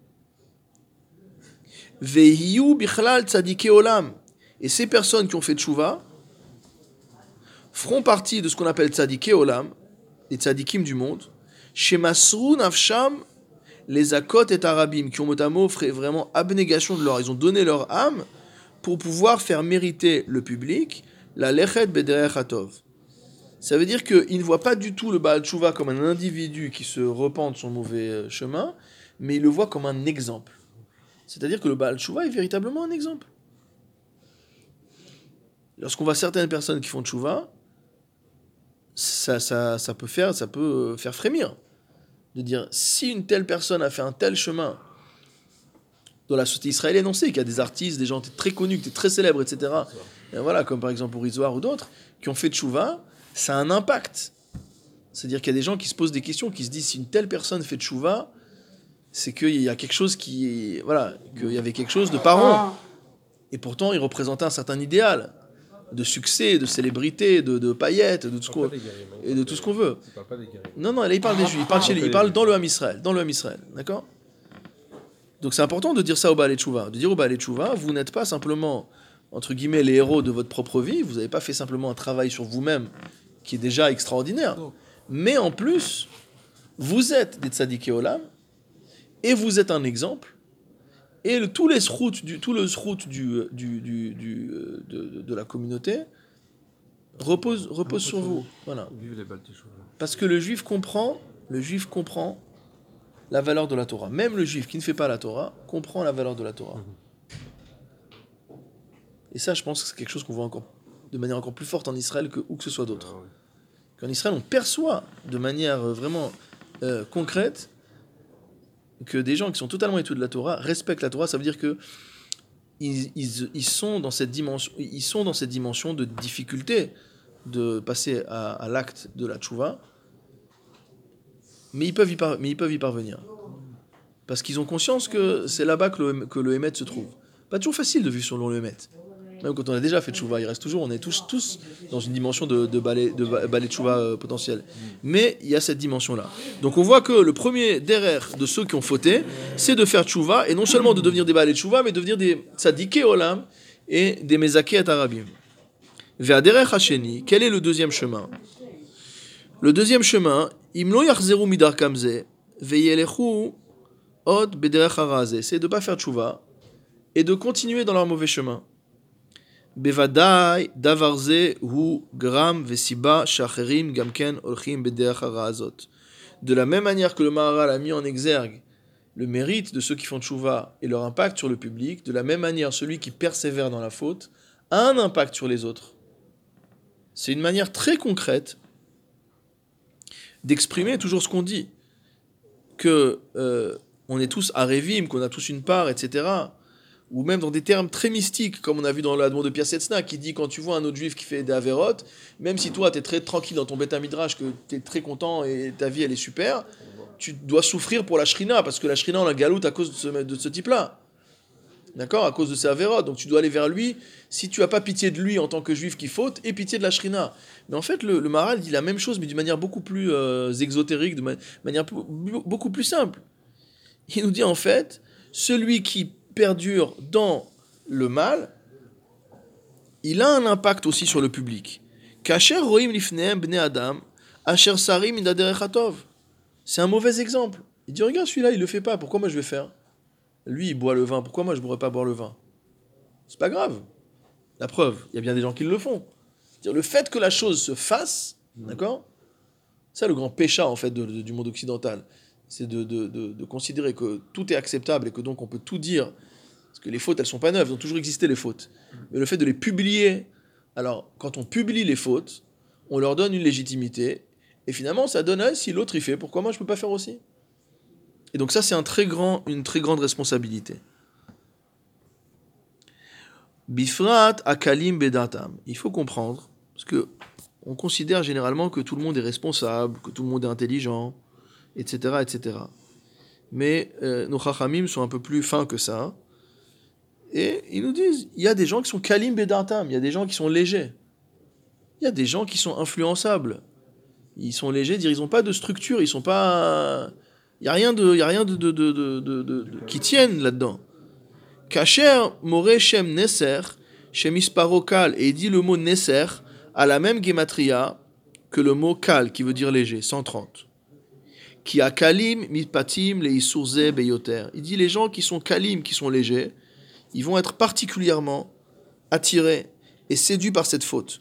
Vehiyu bichlal tzadike olam. Et ces personnes qui ont fait tchouva feront partie de ce qu'on appelle tzadike olam, les tzadikim du monde. Shemasru nafsham les akot et arabim, qui ont mot à mot fait vraiment abnégation de leur, ils ont donné leur âme pour pouvoir faire mériter le public la lechet bederech hatov. Ça veut dire qu'ils ne voient pas du tout le Baal Tchouva comme un individu qui se repent de son mauvais chemin, mais ils le voient comme un exemple. C'est-à-dire que le Baal Tshuva est véritablement un exemple. Lorsqu'on voit certaines personnes qui font Tshuva, ça peut faire frémir. De dire, si une telle personne a fait un tel chemin, dans la société israélienne, on sait qu'il y a des artistes, des gens très connus, très célèbres, etc. Et voilà, comme par exemple Ourizoir ou d'autres, qui ont fait Tshuva, ça a un impact. C'est-à-dire qu'il y a des gens qui se posent des questions, qui se disent, si une telle personne fait Tshuva, c'est qu'il y a quelque chose qui... Voilà, qu'il y avait quelque chose de pas rond. Et pourtant, il représentait un certain idéal de succès, de célébrité, de paillettes, de tout ce qu'on, et de tout ce qu'on veut. Il parle pas des guerriers. Non, il parle des Juifs, il parle dans le Ham Israël, d'accord? Donc c'est important de dire ça au Baal Tshuva, de dire au Baal Tshuva, vous n'êtes pas simplement, entre guillemets, les héros de votre propre vie, vous n'avez pas fait simplement un travail sur vous-même qui est déjà extraordinaire, mais en plus, vous êtes des tzadikei olam, et vous êtes un exemple, et tout le srout de la communauté repose sur vous. Voilà. Vive les Baal Teshuva. Parce que le juif comprend la valeur de la Torah. Même le juif qui ne fait pas la Torah comprend la valeur de la Torah. Et ça, je pense que c'est quelque chose qu'on voit encore de manière encore plus forte en Israël que où que ce soit d'autre. Qu'en Israël, on perçoit de manière vraiment concrète que des gens qui sont totalement étudiés de la Torah respectent la Torah. Ça veut dire que ils sont dans cette dimension de difficulté de passer à l'acte de la tchouva, mais ils peuvent y parvenir. Parce qu'ils ont conscience que c'est là-bas que le Hémet se trouve. Pas toujours facile de vivre selon le Hémet. Même quand on a déjà fait tchouva, il reste toujours, on est tous dans une dimension de balai tchouva potentiel. Mais il y a cette dimension-là. Donc on voit que le premier derrière de ceux qui ont fauté, c'est de faire tchouva, et non seulement de devenir des balai tchouva, mais de devenir des tzadikei olam et des mezakei arabim. Ve'aderech hasheni, quel est le deuxième chemin? Le deuxième chemin, imlo yachzeru midar kamze, ve'yelechu od bederech harazeh, c'est de ne pas faire tchouva et de continuer dans leur mauvais chemin. Bevadai davarze hu gram vesiba shacherim gamken olchim bederech harazot. De la même manière que le Maharal a mis en exergue le mérite de ceux qui font tchouva et leur impact sur le public, de la même manière celui qui persévère dans la faute a un impact sur les autres. C'est une manière très concrète d'exprimer toujours ce qu'on dit, que on est tous arévim, qu'on a tous une part, etc. Ou même dans des termes très mystiques, comme on a vu dans l'Admon de Piasetzna, qui dit quand tu vois un autre juif qui fait des averot, même si toi tu es très tranquille dans ton Beth Midrash, que tu es très content et ta vie elle est super, tu dois souffrir pour la shrina, parce que la shrina on la galoute à cause de ce type-là. D'accord? À cause de ses avérotes. Donc tu dois aller vers lui, si tu n'as pas pitié de lui en tant que juif qui faute, et pitié de la shrina. Mais en fait, le Maharal dit la même chose, mais d'une manière beaucoup plus exotérique, de manière beaucoup plus simple. Il nous dit en fait, celui qui perdure dans le mal, il a un impact aussi sur le public. Kasher roim lifneem bnei adam, asher sarim idaderech hatov. C'est un mauvais exemple. Il dit regarde celui-là, il le fait pas, pourquoi moi je vais faire? Lui, il boit le vin. Pourquoi moi, je ne pourrais pas boire le vin? C'est pas grave. La preuve, il y a bien des gens qui le font. C'est-à-dire, le fait que la chose se fasse, d'accord? C'est le grand péché, en fait, du monde occidental. C'est de considérer que tout est acceptable et que donc on peut tout dire. Parce que les fautes, elles ne sont pas neuves. Elles ont toujours existé, les fautes. Mais le fait de les publier... Alors, quand on publie les fautes, on leur donne une légitimité. Et finalement, ça donne, si l'autre, il fait, pourquoi moi, je ne peux pas faire aussi? Et donc ça, c'est une très grande responsabilité. Bifrat akalim bedatam. Il faut comprendre, parce que on considère généralement que tout le monde est responsable, que tout le monde est intelligent, etc., etc. Mais nos chachamim sont un peu plus fins que ça. Et ils nous disent, il y a des gens qui sont kalim bedatam, il y a des gens qui sont légers. Il y a des gens qui sont influençables. Ils sont légers, dire ils n'ont pas de structure, ils sont pas... Il n'y a rien qui tienne là-dedans. Kacher more shem neser, shem isparo kal, et il dit le mot neser à la même gematria que le mot kal, qui veut dire léger, 130. Ki a kalim mitpatim le isurze beyoter. Il dit les gens qui sont kalim, qui sont légers, ils vont être particulièrement attirés et séduits par cette faute.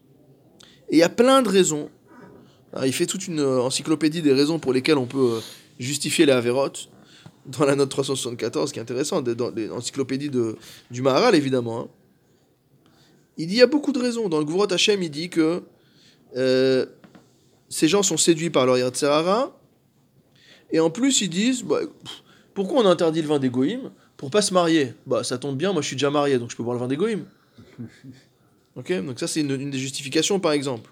Et il y a plein de raisons. Alors, il fait toute une encyclopédie des raisons pour lesquelles on peut justifier les Averot dans la note 374, qui est intéressante, dans l'encyclopédie du Maharal, évidemment. Hein. Il dit il y a beaucoup de raisons. Dans le Gvurot Hashem, il dit que ces gens sont séduits par leur Yetzer Hara, et en plus ils disent pourquoi on interdit le vin des Goïm? Pour pas se marier. Ça tombe bien, moi je suis déjà marié, donc je peux boire le vin des Goïm. Ok, donc ça c'est une des justifications par exemple.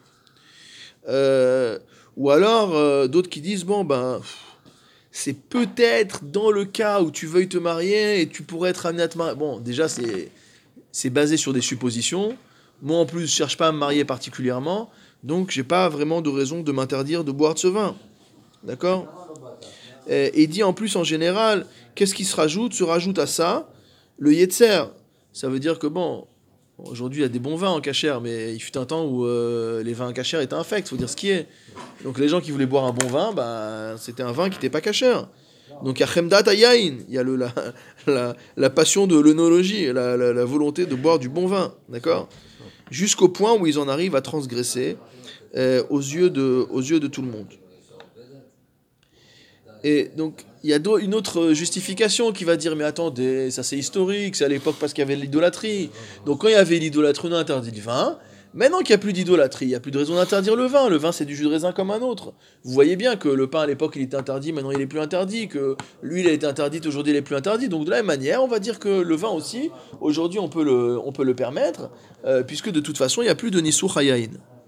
Ou alors d'autres qui disent c'est peut-être dans le cas où tu veuilles te marier et tu pourrais être amené à te marier. Bon, déjà c'est basé sur des suppositions. Moi en plus je cherche pas à me marier particulièrement, donc j'ai pas vraiment de raison de m'interdire de boire de ce vin. D'accord ? Et dit en plus en général, qu'est-ce qui se rajoute? Se rajoute à ça le Yetzer. Ça veut dire que aujourd'hui il y a des bons vins en cachère, mais il fut un temps où les vins en cachère étaient infects, faut dire ce qui est. Donc les gens qui voulaient boire un bon vin, c'était un vin qui n'était pas cachère. Donc il y a Chemdat Hayayin, il y a la passion de l'œnologie, la volonté de boire du bon vin, d'accord? Jusqu'au point où ils en arrivent à transgresser aux yeux de tout le monde. Et donc, il y a une autre justification qui va dire mais attendez, ça c'est historique, c'est à l'époque parce qu'il y avait l'idolâtrie. Donc quand il y avait l'idolâtrie, on a interdit le vin. Maintenant qu'il n'y a plus d'idolâtrie, il n'y a plus de raison d'interdire le vin. Le vin, c'est du jus de raisin comme un autre. Vous voyez bien que le pain à l'époque, il était interdit, maintenant il n'est plus interdit, que l'huile a été interdite, aujourd'hui il n'est plus interdit. Donc de la même manière, on va dire que le vin aussi, aujourd'hui on peut le permettre, puisque de toute façon, il n'y a plus de Nisur Hayayin.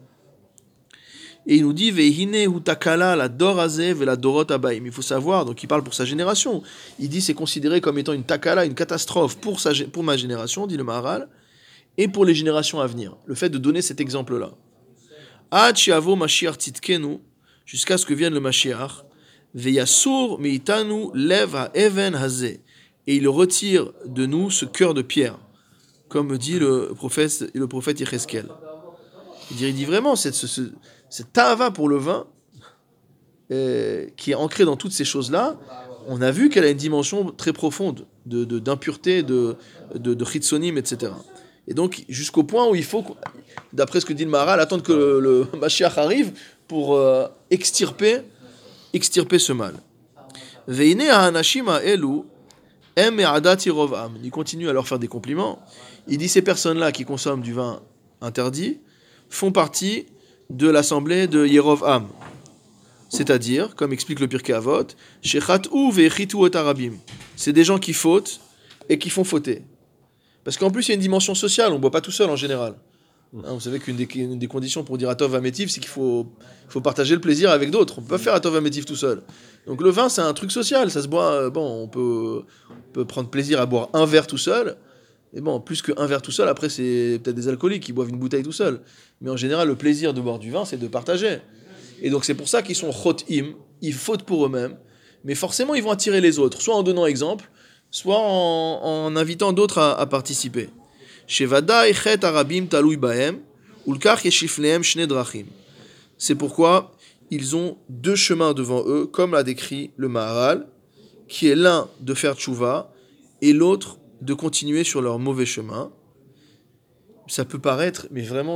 Et il nous dit Vehine hutakala la dorazé ve la dorot abaim. Il faut savoir, donc il parle pour sa génération. Il dit c'est considéré comme étant une takala, une catastrophe pour ma génération, dit le Maharal, et pour les générations à venir. Le fait de donner cet exemple-là. Ad shiavo Mashiach tzidkenu, jusqu'à ce que vienne le Mashiach, veyasur meitanu lev haeven hazeh. Et il retire de nous ce cœur de pierre, comme dit le prophète Yecheskel. Il dit vraiment cette ta'ava pour le vin, qui est ancrée dans toutes ces choses-là, on a vu qu'elle a une dimension très profonde d'impureté, de chitsonim, etc. Et donc, jusqu'au point où il faut, d'après ce que dit le Maharal, attendre que le Mashiach arrive pour extirper ce mal. Veine ha'anashim ha'elu em me'adati rov am. Il continue à leur faire des compliments. Il dit ces personnes-là qui consomment du vin interdit font partie de l'assemblée de Yerov-Am. C'est-à-dire, comme explique le Pirkei Avot, Shechat'u ve'chitu et arabim. C'est des gens qui fautent et qui font fauter. Parce qu'en plus, il y a une dimension sociale, on ne boit pas tout seul en général. Vous savez qu'une des conditions pour dire Atov Amétif, c'est qu'il faut partager le plaisir avec d'autres. On ne peut pas faire Atov Amétif tout seul. Donc le vin, c'est un truc social, ça se boit, on peut prendre plaisir à boire un verre tout seul. Et plus qu'un verre tout seul, après c'est peut-être des alcooliques qui boivent une bouteille tout seul. Mais en général, le plaisir de boire du vin, c'est de partager. Et donc c'est pour ça qu'ils sont chotim, ils fautent pour eux-mêmes, mais forcément ils vont attirer les autres, soit en donnant exemple, soit en invitant d'autres à participer. Shevadai chet arabim talui bahem, ulkach yeshiflehem shne drachim. C'est pourquoi ils ont deux chemins devant eux, comme l'a décrit le Maharal, qui est l'un de faire tchouva et l'autre de continuer sur leur mauvais chemin. Ça peut paraître, mais vraiment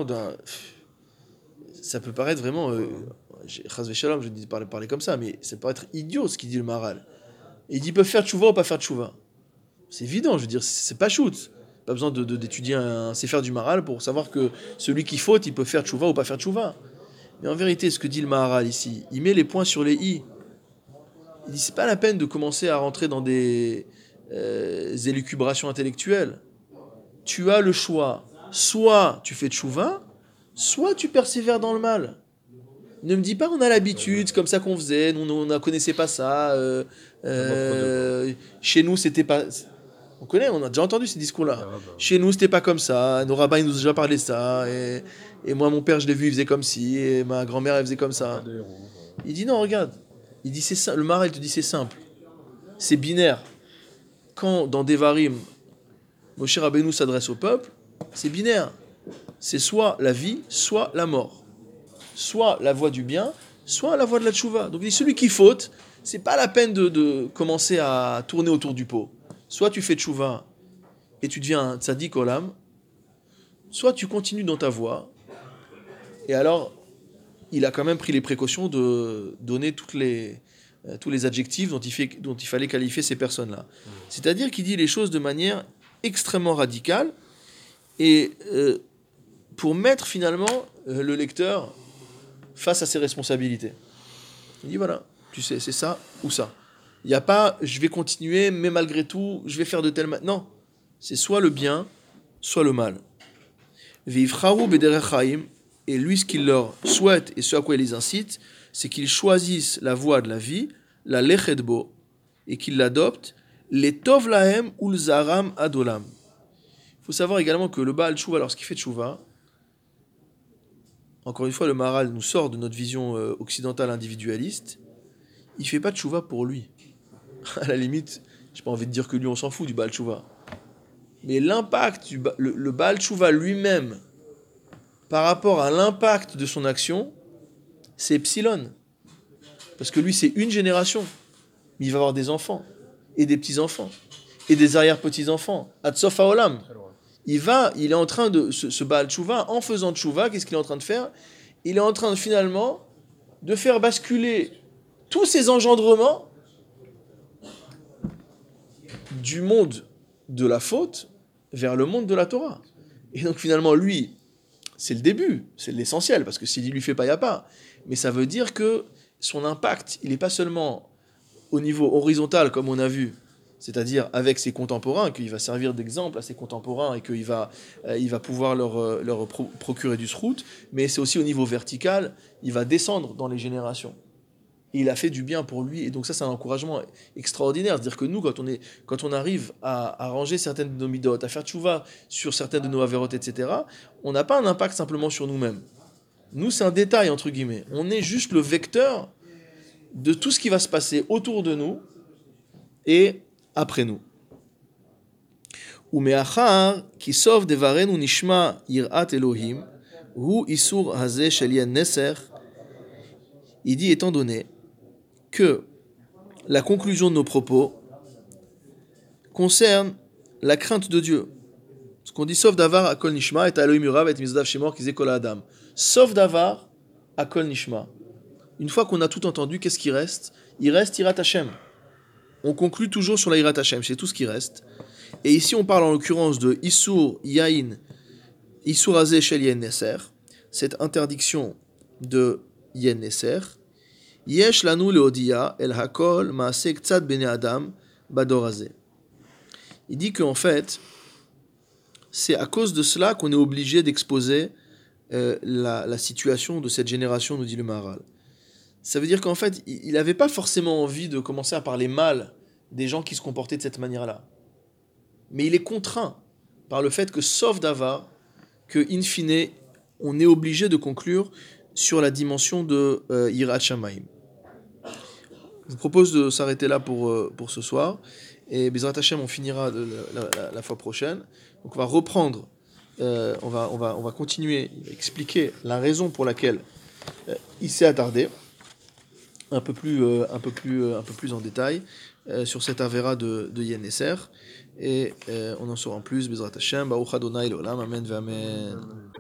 Chas v'shalom, je dis parler comme ça, mais ça peut paraître idiot ce qu'il dit le Maharal. Il dit ils peuvent faire tchouva ou pas faire tchouva. C'est évident, je veux dire, c'est pas shoot. Pas besoin d'étudier un sefer du Maharal pour savoir que celui qui faute, il peut faire tchouva ou pas faire tchouva. Mais en vérité, ce que dit le Maharal ici, il met les points sur les i. Il dit c'est pas la peine de commencer à rentrer dans des élucubrations intellectuelles. Tu as le choix. Soit tu fais tchouva, soit tu persévères dans le mal. Ne me dis pas on a l'habitude, c'est comme ça qu'on faisait, nous on ne connaissait pas ça, chez nous c'était pas... On connaît, on a déjà entendu ces discours-là. Chez nous c'était pas comme ça, nos rabbins ils nous ont déjà parlé de ça, et moi mon père je l'ai vu, il faisait comme ci, et ma grand-mère elle faisait comme ça. Il dit non, regarde, il dit c'est simple, le Maharal te dit c'est simple, c'est binaire. Quand dans Devarim, Moshe Rabbeinu s'adresse au peuple, c'est binaire. C'est soit la vie, soit la mort. Soit la voie du bien, soit la voie de la tchouva. Donc celui qui faute, c'est pas la peine de commencer à tourner autour du pot. Soit tu fais tchouva et tu deviens un tzaddik olam, soit tu continues dans ta voie. Et alors, il a quand même pris les précautions de donner toutes les tous les adjectifs dont il fallait qualifier ces personnes-là. C'est-à-dire qu'il dit les choses de manière extrêmement radicale et pour mettre finalement le lecteur face à ses responsabilités. Il dit voilà, tu sais, c'est ça ou ça. Il n'y a pas je vais continuer, mais malgré tout, je vais faire de telle manière. Non, c'est soit le bien, soit le mal. V'yivcharu bederech chaim, et lui, ce qu'il leur souhaite et ce à quoi il les incite, c'est qu'ils choisissent la voie de la vie, la lechet bo, et qu'ils l'adoptent, les tov lahem ul zaram adolam. Il faut savoir également que le Baal Tshuva, lorsqu'il fait Tshuva, encore une fois, le Maharal nous sort de notre vision occidentale individualiste, il ne fait pas de Tshuva pour lui. À la limite, j'ai pas envie de dire que lui, on s'en fout du Baal Tshuva. Mais l'impact, le Baal Tshuva lui-même, par rapport à l'impact de son action, c'est epsilon. Parce que lui, c'est une génération. Mais il va avoir des enfants, et des petits-enfants, et des arrière-petits-enfants. Adsof haolam. Il est en train de, ce Baal Tshuva, en faisant Tshuva, qu'est-ce qu'il est en train de faire? Il est en train finalement de faire basculer tous ces engendrements du monde de la faute vers le monde de la Torah. Et donc finalement, lui, c'est le début, c'est l'essentiel, parce que s'il ne lui fait pas, il n'y a pas. Mais ça veut dire que son impact, il n'est pas seulement au niveau horizontal, comme on a vu, c'est-à-dire avec ses contemporains, qu'il va servir d'exemple à ses contemporains et qu'il va pouvoir leur procurer du srout, mais c'est aussi au niveau vertical, il va descendre dans les générations. Et il a fait du bien pour lui, et donc ça, c'est un encouragement extraordinaire. C'est-à-dire que nous, quand on arrive à ranger certaines de nos midot, à faire tchouva sur certaines de nos averot, etc., on n'a pas un impact simplement sur nous-mêmes. Nous, c'est un détail, entre guillemets. On est juste le vecteur de tout ce qui va se passer autour de nous et après nous. Umeachar ki sov devarenu nishma yirat Elohim hu isur hazeh shel yen neser. Il dit étant donné que la conclusion de nos propos concerne la crainte de Dieu. Ce qu'on dit sov davar akol nishma et Elohim yurav et mizdav shemor ki ze kol adam. Sov davar akol nishma. Une fois qu'on a tout entendu, qu'est-ce qui reste? Il reste Yirat Hashem. On conclut toujours sur la Yirat Hashem, c'est tout ce qui reste. Et ici, on parle en l'occurrence de Isur Yain, Isur Hazeh Shel Yen Neser, cette interdiction de Yen Neser. Yesh lanu leodia el hakol maaseh ktsat bnei adam bador hazeh. Il dit qu'en fait, c'est à cause de cela qu'on est obligé d'exposer la situation de cette génération, nous dit le Maharal. Ça veut dire qu'en fait, il n'avait pas forcément envie de commencer à parler mal des gens qui se comportaient de cette manière-là. Mais il est contraint par le fait que, sauf davar, que, in fine, on est obligé de conclure sur la dimension de Yirat Shamayim. Je vous propose de s'arrêter là pour ce soir. Et Bezrat Hashem, on finira la fois prochaine. Donc on va reprendre, on va continuer à expliquer la raison pour laquelle il s'est attardé. Un peu plus en détail sur cette Avera de Yen Neser et on en saura en plus Bezrat Hashem Baruch Adonai L'Olam Amen V'Amen.